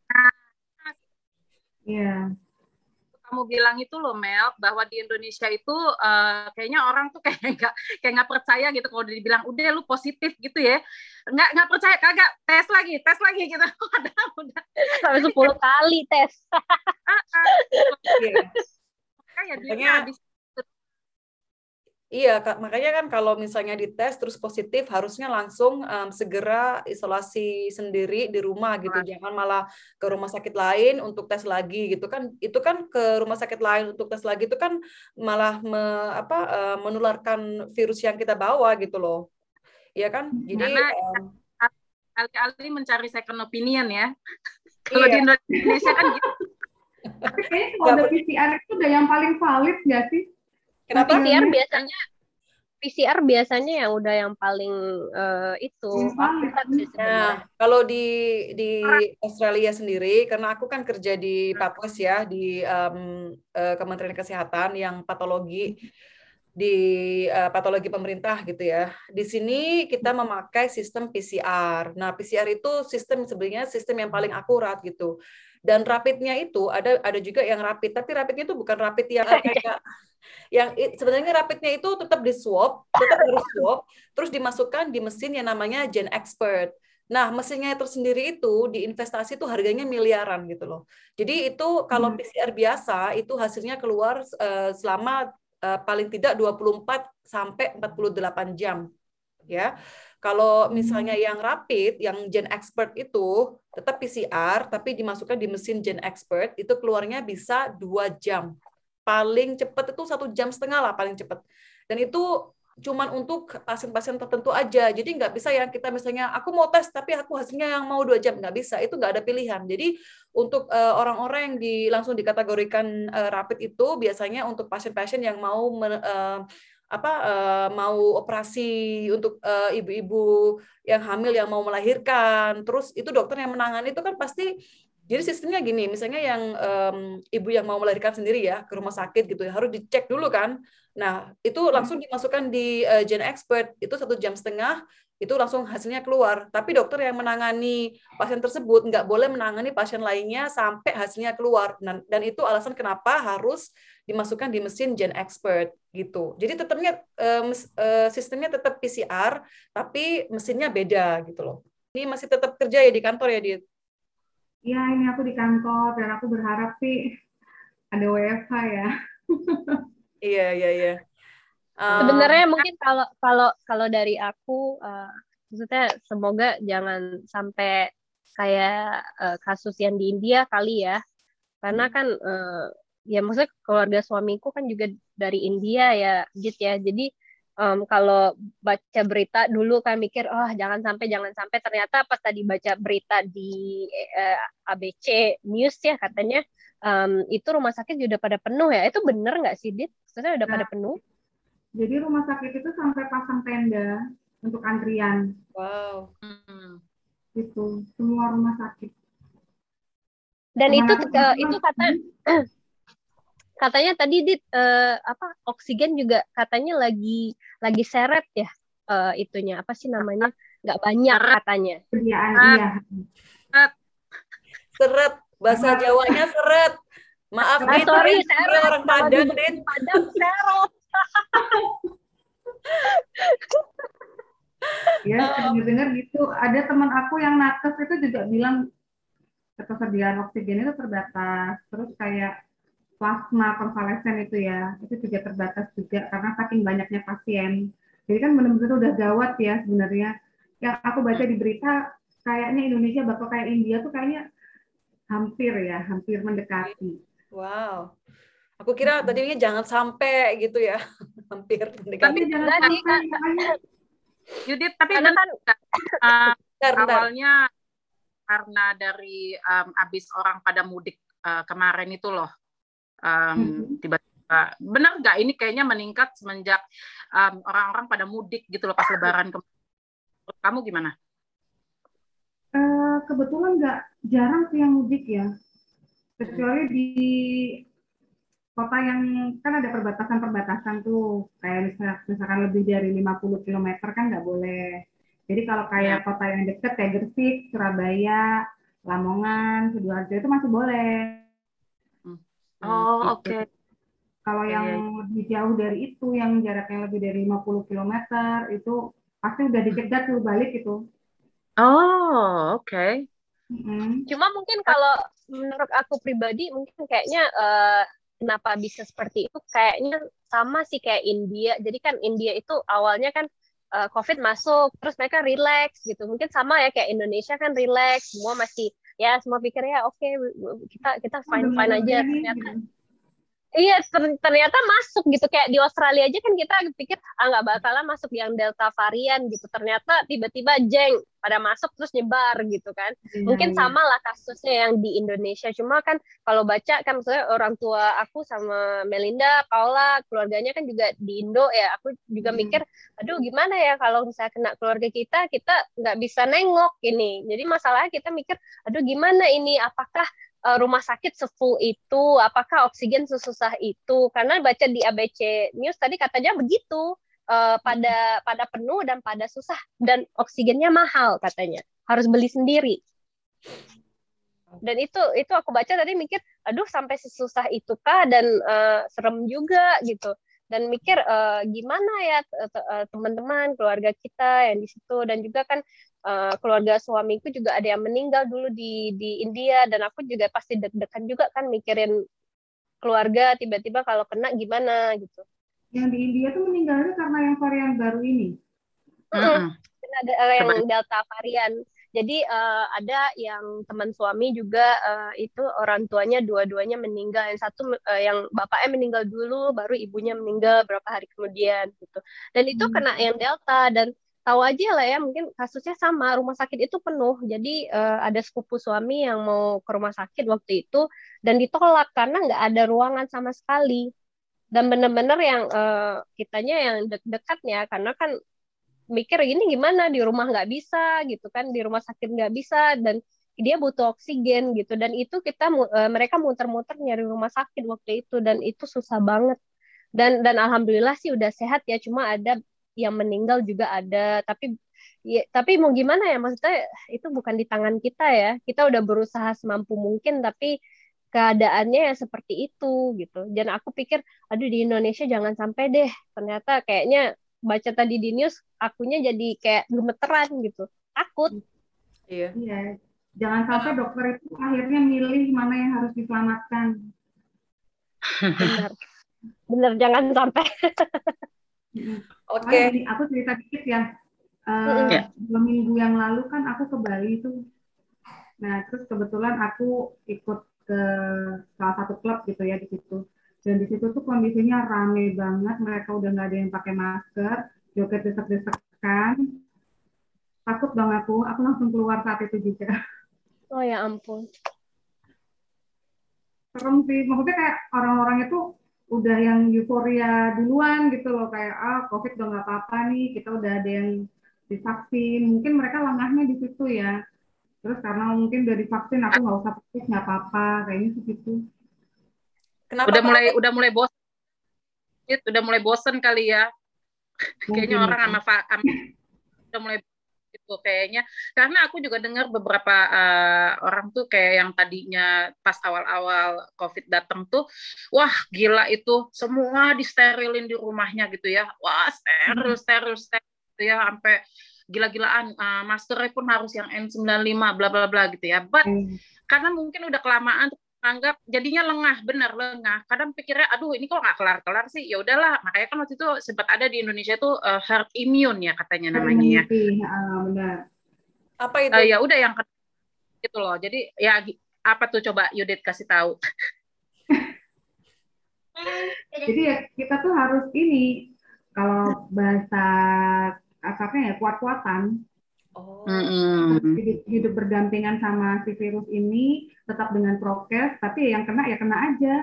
Iya. Kamu bilang itu loh Mel, bahwa di Indonesia itu kayaknya orang tuh kayak nggak percaya gitu kalau dibilang udah lu positif gitu ya, nggak percaya, kagak, tes lagi gitu. udah Sampai 10 kali tes. Iya. Kayak duitnya habis. Iya, makanya kan kalau misalnya dites terus positif, harusnya langsung segera isolasi sendiri di rumah gitu. Jangan malah ke rumah sakit lain untuk tes lagi gitu kan. Itu kan ke rumah sakit lain untuk tes lagi itu kan malah menularkan virus yang kita bawa gitu loh. Iya kan? Jadi alih-alih mencari second opinion ya. Kalau di Indonesia kan gitu. Tapi kayaknya kalau ada PCR itu udah yang paling valid nggak sih? Kenapa? PCR biasanya yang udah yang paling itu akurat sih sebenarnya. Kalau di Australia sendiri, karena aku kan kerja di Patwes ya, di Kementerian Kesehatan yang patologi, di patologi pemerintah gitu ya. Di sini kita memakai sistem PCR. Nah, PCR itu sebenarnya sistem yang paling akurat gitu. Dan rapidnya itu ada juga yang rapid, tapi rapidnya itu bukan rapid yang kayak yang sebenarnya rapidnya itu tetap harus swab, terus dimasukkan di mesin yang namanya GenExpert. Nah, mesinnya itu sendiri itu di investasi itu harganya miliaran gitu loh. Jadi itu kalau PCR biasa itu hasilnya keluar selama paling tidak 24 sampai 48 jam. Ya. Kalau misalnya yang rapid, yang GenExpert itu tetap PCR tapi dimasukkan di mesin GenExpert, itu keluarnya bisa 2 jam. Paling cepat itu 1,5 jam lah paling cepat. Dan itu cuman untuk pasien-pasien tertentu aja. Jadi nggak bisa yang kita misalnya aku mau tes tapi aku hasilnya yang mau 2 jam, nggak bisa. Itu nggak ada pilihan. Jadi untuk orang-orang yang langsung dikategorikan rapid itu biasanya untuk pasien-pasien yang mau mau operasi untuk ibu-ibu yang hamil yang mau melahirkan, terus itu dokter yang menangani itu kan pasti. Jadi sistemnya gini, misalnya yang ibu yang mau melahirkan sendiri ya ke rumah sakit gitu ya, harus dicek dulu kan. Nah itu langsung dimasukkan di GenExpert, itu 1,5 jam itu langsung hasilnya keluar. Tapi dokter yang menangani pasien tersebut nggak boleh menangani pasien lainnya sampai hasilnya keluar. Dan itu alasan kenapa harus dimasukkan di mesin GenExpert gitu. Jadi sistemnya tetap PCR, tapi mesinnya beda gitu loh. Ini masih tetap kerja ya di kantor ya, Dit? Iya, ini aku di kantor dan aku berharap sih ada WFH ya. Iya. Sebenarnya mungkin kalau dari aku, maksudnya semoga jangan sampai kayak kasus yang di India kali ya, karena kan ya maksudnya keluarga suamiku kan juga dari India ya, gitu ya. Jadi kalau baca berita dulu kan mikir, oh jangan sampai, ternyata pas tadi baca berita di ABC News ya katanya itu rumah sakit sudah pada penuh ya. Itu bener nggak sih, Dit? Maksudnya udah pada penuh? Jadi rumah sakit itu sampai pasang tenda untuk antrian. Wow. Gitu, semua rumah sakit. Dan itu katanya tadi Dit oksigen juga katanya lagi seret ya, itunya apa sih namanya, nggak banyak katanya. Iya. Seret, bahasa Jawanya seret. Maaf Dit, sorry, orang Padang Dit. Padang seret. Ya, dengar gitu. Ada teman aku yang nakes itu juga bilang ketersediaan oksigen itu terbatas. Terus kayak plasma konvalesen itu ya, itu juga terbatas juga karena saking banyaknya pasien. Jadi kan benar-benar udah gawat ya sebenarnya. Yang aku baca di berita, kayaknya Indonesia bakal kayak India tuh kayaknya hampir mendekati. Wow. Aku kira tadinya jangan sampai gitu ya. Hampir mendekati. Tapi jangan sampai. Judit, tapi karena kan awalnya karena dari abis orang pada mudik kemarin itu loh, tiba-tiba benar nggak ini kayaknya meningkat semenjak orang-orang pada mudik gitu loh pas Lebaran kemarin. Kamu gimana? Kebetulan jarang sih yang mudik ya, kecuali di kota yang kan ada perbatasan-perbatasan tuh, kayak misalkan lebih dari 50 kilometer kan nggak boleh. Jadi kalau Ya. kayak kota yang deket kayak Gresik, Surabaya, Lamongan, Sidoarjo itu masih boleh. Oh, Gitu. oke. Kalau Ya, yang ya. lebih jauh dari itu, yang jaraknya lebih dari 50 kilometer, itu pasti udah dicegat tuh balik itu. Oh, oke. Mm-mm. Cuma mungkin kalau menurut aku pribadi mungkin kayaknya kenapa bisa seperti itu kayaknya sama sih kayak India. Jadi kan India itu awalnya kan COVID masuk, terus mereka relax gitu. Mungkin sama ya kayak Indonesia kan relax, semua masih ya semua pikirnya oke, kita Oh, fine dengar fine aja. terjadi Ternyata gitu. iya, ternyata masuk gitu. Kayak di Australia aja kan kita pikir nggak bakalan masuk yang Delta varian gitu. Ternyata tiba-tiba jeng pada masuk terus nyebar gitu kan. Iya, Mungkin iya. sama lah kasusnya yang di Indonesia. Cuma kan kalau baca kan misalnya orang tua aku sama Melinda, Paula, keluarganya kan juga di Indo ya. Aku juga mikir, aduh gimana ya kalau misalnya kena keluarga kita nggak bisa nengok ini. Jadi masalahnya kita mikir, aduh gimana ini? Apakah rumah sakit sefull itu, apakah oksigen sesusah itu? Karena baca di ABC News tadi katanya begitu, pada penuh dan pada susah dan oksigennya mahal katanya, harus beli sendiri. Dan itu aku baca tadi mikir, aduh sampai sesusah itu kah dan serem juga gitu. Dan mikir gimana ya teman-teman keluarga kita yang di situ dan juga kan keluarga suamiku juga ada yang meninggal dulu di India dan aku juga pasti deg-degan juga kan mikirin keluarga tiba-tiba kalau kena gimana gitu. Yang di India tuh meninggalnya karena yang varian baru ini. Ada yang Delta varian. Jadi ada yang teman suami juga itu orang tuanya dua-duanya meninggal. Yang satu yang bapaknya meninggal dulu, baru ibunya meninggal berapa hari kemudian gitu. Dan itu kena yang Delta dan tahu aja lah ya mungkin kasusnya sama rumah sakit itu penuh. Jadi ada sepupu suami yang mau ke rumah sakit waktu itu dan ditolak karena nggak ada ruangan sama sekali. Dan benar-benar yang kitanya yang dekat-dekatnya karena kan mikir gini gimana di rumah nggak bisa gitu kan di rumah sakit nggak bisa dan dia butuh oksigen gitu dan itu mereka muter-muter nyari rumah sakit waktu itu dan itu susah banget dan alhamdulillah sih udah sehat ya cuma ada yang meninggal juga ada tapi mau gimana ya maksudnya itu bukan di tangan kita ya kita udah berusaha semampu mungkin tapi keadaannya ya seperti itu gitu dan aku pikir aduh di Indonesia jangan sampai deh ternyata kayaknya baca tadi di news akunya jadi kayak gemeteran gitu takut. Iya. Iya. Jangan sampai dokter itu akhirnya milih mana yang harus diselamatkan. benar jangan sampai. Oke. Ini aku cerita dikit ya. 2 minggu yang lalu kan aku ke Bali tuh. Nah terus kebetulan aku ikut ke salah satu klub gitu ya di situ. Dan di situ tuh kondisinya rame banget. Mereka udah nggak ada yang pakai masker, joget desek-desekan. Takut dong aku langsung keluar saat itu juga. Oh ya ampun. Serem sih, maksudnya kayak orang-orang itu udah yang euforia duluan gitu loh, kayak COVID udah nggak apa-apa nih, kita udah ada yang divaksin, mungkin mereka lengahnya di situ ya. Terus karena mungkin udah divaksin, aku nggak usah vaksin, nggak apa-apa, kayaknya sih gitu. Kenapa udah mulai bosen kali ya. Kayaknya orang ya. udah mulai gitu kayaknya karena aku juga dengar beberapa orang tuh kayak yang tadinya pas awal-awal COVID datang tuh wah gila itu semua disterilin di rumahnya gitu ya wah steril gitu ya sampai gila-gilaan maskernya pun harus yang N95 bla bla bla gitu ya but karena mungkin udah kelamaan anggap jadinya lengah kadang pikirnya aduh ini kok nggak kelar sih ya udahlah makanya kan waktu itu sempat ada di Indonesia tuh herd immune ya katanya namanya ya benar apa itu ya udah yang gitu loh jadi ya apa tuh coba Yudit kasih tahu. Jadi ya kita tuh harus ini kalau bahasa kasarnya ya kuat-kuatan. Hidup berdampingan sama si virus ini tetap dengan prokes tapi yang kena ya kena aja.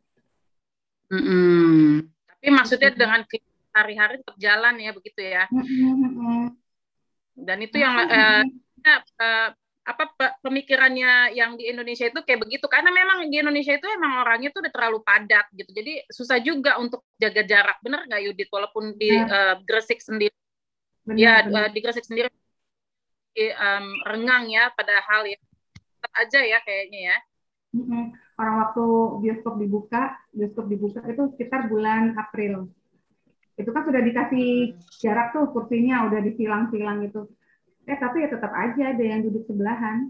Tapi maksudnya dengan hari-hari tetap jalan ya begitu ya. Dan itu yang pemikirannya yang di Indonesia itu kayak begitu, karena memang di Indonesia itu emang orangnya tuh udah terlalu padat gitu, jadi susah juga untuk jaga jarak, bener nggak Yudit? Walaupun di Gresik sendiri, Benar. di Gresik sendiri renggang ya, padahal ya tetap aja ya kayaknya ya. Orang waktu bioskop dibuka itu sekitar bulan April. Itu kan sudah dikasih jarak tuh kursinya, udah disilang-silang gitu. Tapi ya tetap aja ada yang duduk sebelahan.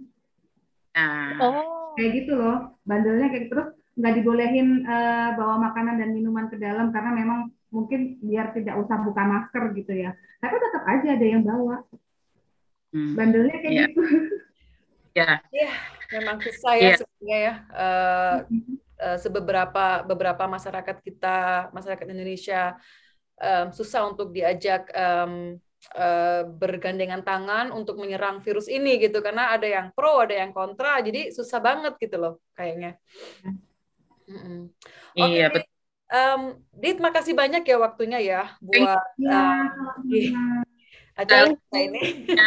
Kayak gitu loh, bandelnya kayak terus nggak dibolehin bawa makanan dan minuman ke dalam karena memang mungkin biar tidak usah buka masker gitu ya. Tapi tetap aja ada yang bawa. Bandelnya kayak gitu. Ya, memang susah ya sebenarnya ya. Beberapa masyarakat kita, masyarakat Indonesia susah untuk diajak bergandengan tangan untuk menyerang virus ini gitu, karena ada yang pro, ada yang kontra, jadi susah banget gitu loh kayaknya. Oke, Dit, makasih banyak ya waktunya ya buat acara kita ini.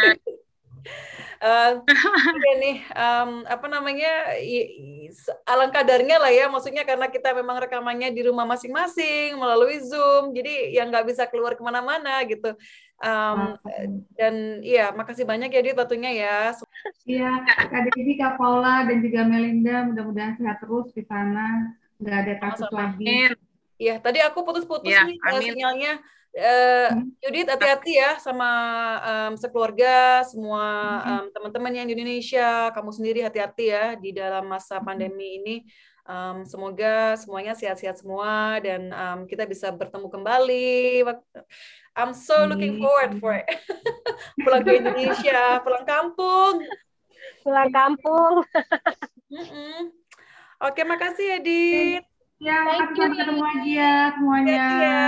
Nih, apa namanya, alangkah kadarnya lah ya, maksudnya karena kita memang rekamannya di rumah masing-masing melalui Zoom, jadi yang nggak bisa keluar kemana-mana gitu. Dan iya, makasih banyak ya Dit waktunya ya. Iya, Kak Devi, Kak Paula, dan juga Melinda, mudah-mudahan sehat terus di sana, nggak ada kasus lagi. Iya, tadi aku putus-putus nih sinyalnya. Yudit, hati-hati ya sama sekeluarga, semua teman-teman yang di Indonesia, kamu sendiri hati-hati ya di dalam masa pandemi ini. Semoga semuanya sehat-sehat semua dan kita bisa bertemu kembali. I'm so looking forward for it. Pulang ke Indonesia, pulang kampung. Oke, makasih Yudit. Ya, sampai ketemu lagi ya semuanya.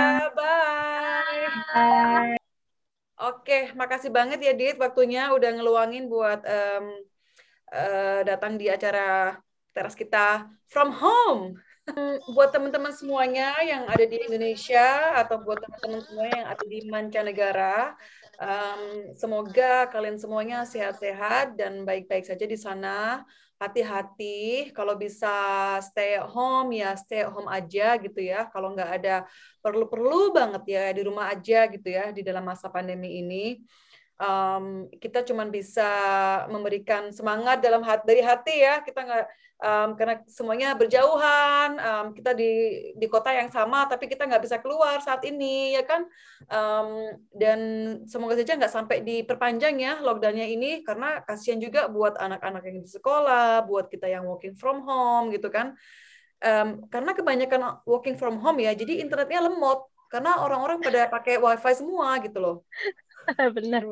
Bye. Oke, makasih banget ya Dit waktunya udah ngeluangin buat datang di acara teras kita from home. Buat teman-teman semuanya yang ada di Indonesia atau buat teman-teman semua yang ada di mancanegara, semoga kalian semuanya sehat-sehat dan baik-baik saja di sana. Hati-hati, kalau bisa stay at home ya stay at home aja gitu ya. Kalau nggak ada perlu-perlu banget ya di rumah aja gitu ya di dalam masa pandemi ini. Kita cuma bisa memberikan semangat dari hati ya, kita nggak karena semuanya berjauhan, kita di kota yang sama tapi kita nggak bisa keluar saat ini ya kan, dan semoga saja nggak sampai diperpanjang ya lockdownnya ini, karena kasihan juga buat anak-anak yang di sekolah, buat kita yang working from home gitu kan, karena kebanyakan working from home ya jadi internetnya lemot karena orang-orang pada pakai wifi semua gitu loh. Benar.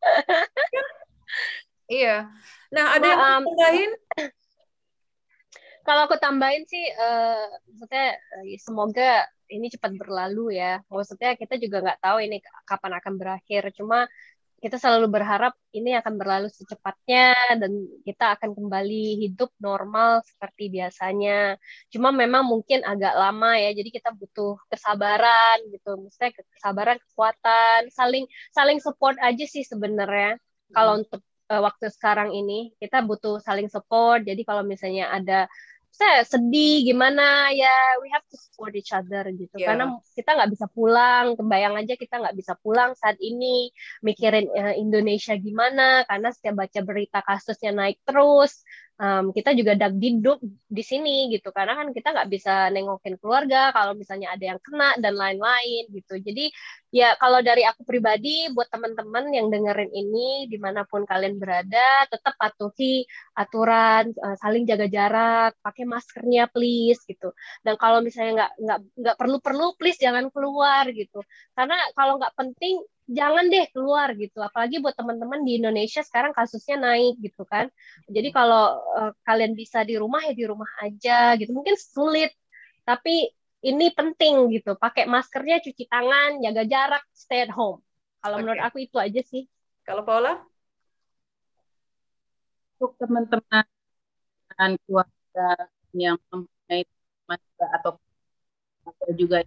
Iya. Nah, ada yang tambahin? Kalau aku tambahin sih, maksudnya semoga ini cepat berlalu ya. Maksudnya kita juga nggak tahu ini kapan akan berakhir. Cuma kita selalu berharap ini akan berlalu secepatnya dan kita akan kembali hidup normal seperti biasanya. Cuma memang mungkin agak lama ya. Jadi kita butuh kesabaran gitu. Maksudnya kesabaran, kekuatan, saling support aja sih sebenarnya. Kalau untuk waktu sekarang ini kita butuh saling support. Jadi kalau misalnya ada saya sedih gimana ya, we have to support each other gitu. Karena kita nggak bisa pulang, kebayang aja kita nggak bisa pulang saat ini, mikirin Indonesia gimana, karena setiap baca berita kasusnya naik terus. Kita juga dagdikduk di sini gitu, karena kan kita nggak bisa nengokin keluarga kalau misalnya ada yang kena dan lain-lain gitu. Jadi ya kalau dari aku pribadi, buat teman-teman yang dengerin ini dimanapun kalian berada, tetap patuhi aturan, saling jaga jarak, pakai maskernya please gitu. Dan kalau misalnya nggak perlu please jangan keluar gitu. Karena kalau nggak penting jangan deh keluar gitu. Apalagi buat teman-teman di Indonesia sekarang kasusnya naik gitu kan. Jadi kalau kalian bisa di rumah ya di rumah aja gitu. Mungkin sulit, tapi ini penting gitu. Pakai maskernya, cuci tangan, jaga jarak, stay at home. Kalau menurut aku itu aja sih. Kalau Paula? Untuk teman-teman dan keluarga yang mempunyai atau juga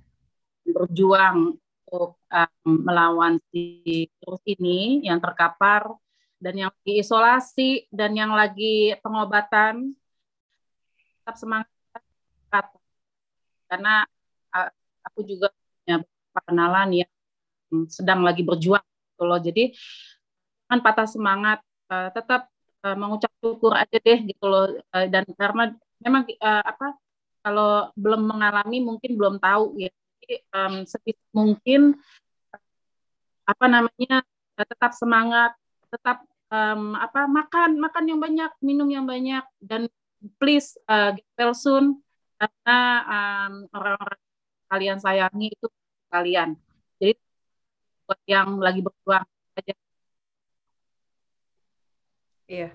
berjuang untuk melawan si virus ini yang terkapar dan yang lagi isolasi dan yang lagi pengobatan tetap semangat, karena aku juga punya kenalan yang sedang lagi berjuang gitu loh. Jadi kan patah semangat, tetap mengucap syukur aja deh gitu loh. Dan karena memang kalau belum mengalami mungkin belum tahu ya. Jadi sebisa mungkin tetap semangat, tetap makan yang banyak, minum yang banyak, dan please get well soon, karena orang-orang kalian sayangi itu kalian. Jadi buat yang lagi berjuang aja. Iya.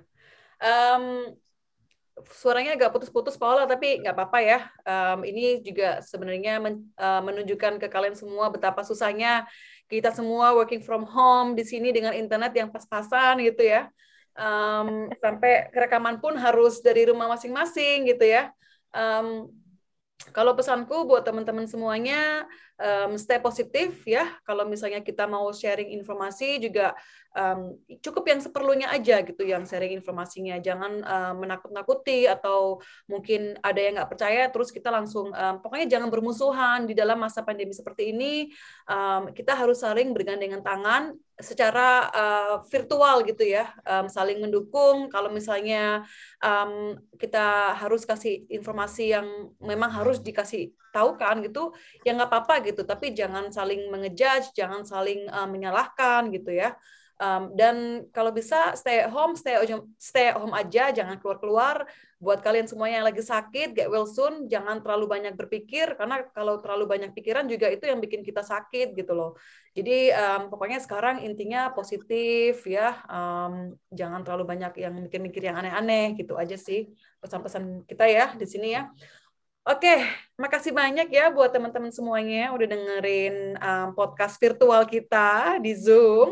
Suaranya agak putus-putus Paula, tapi nggak apa-apa ya. Ini juga sebenarnya menunjukkan ke kalian semua betapa susahnya kita semua working from home di sini dengan internet yang pas-pasan gitu ya. Sampai rekaman pun harus dari rumah masing-masing gitu ya. Kalau pesanku buat teman-teman semuanya, stay positif ya. Kalau misalnya kita mau sharing informasi juga cukup yang seperlunya aja gitu, yang sharing informasinya. Jangan menakut-nakuti atau mungkin ada yang nggak percaya terus kita langsung, pokoknya jangan bermusuhan di dalam masa pandemi seperti ini. Kita harus saling bergandengan tangan secara virtual gitu ya, saling mendukung. Kalau misalnya kita harus kasih informasi yang memang harus dikasih tahu kan gitu, ya nggak apa-apa gitu, tapi jangan saling mengejudge, jangan saling menyalahkan gitu ya. Dan kalau bisa stay at home aja, jangan keluar-keluar. Buat kalian semua yang lagi sakit, get well soon, jangan terlalu banyak berpikir, karena kalau terlalu banyak pikiran juga itu yang bikin kita sakit gitu loh. Jadi pokoknya sekarang intinya positif ya, jangan terlalu banyak yang mikir-mikir yang aneh-aneh gitu aja sih pesan-pesan kita ya di sini ya. Oke, makasih banyak ya buat teman-teman semuanya udah dengerin podcast virtual kita di Zoom.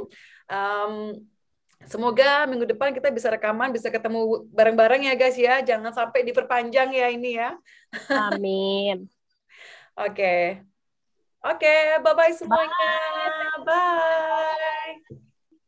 Semoga minggu depan kita bisa rekaman, bisa ketemu bareng-bareng ya guys ya. Jangan sampai diperpanjang ya ini ya. Amin. Oke. Oke, bye-bye semuanya. Bye. Bye.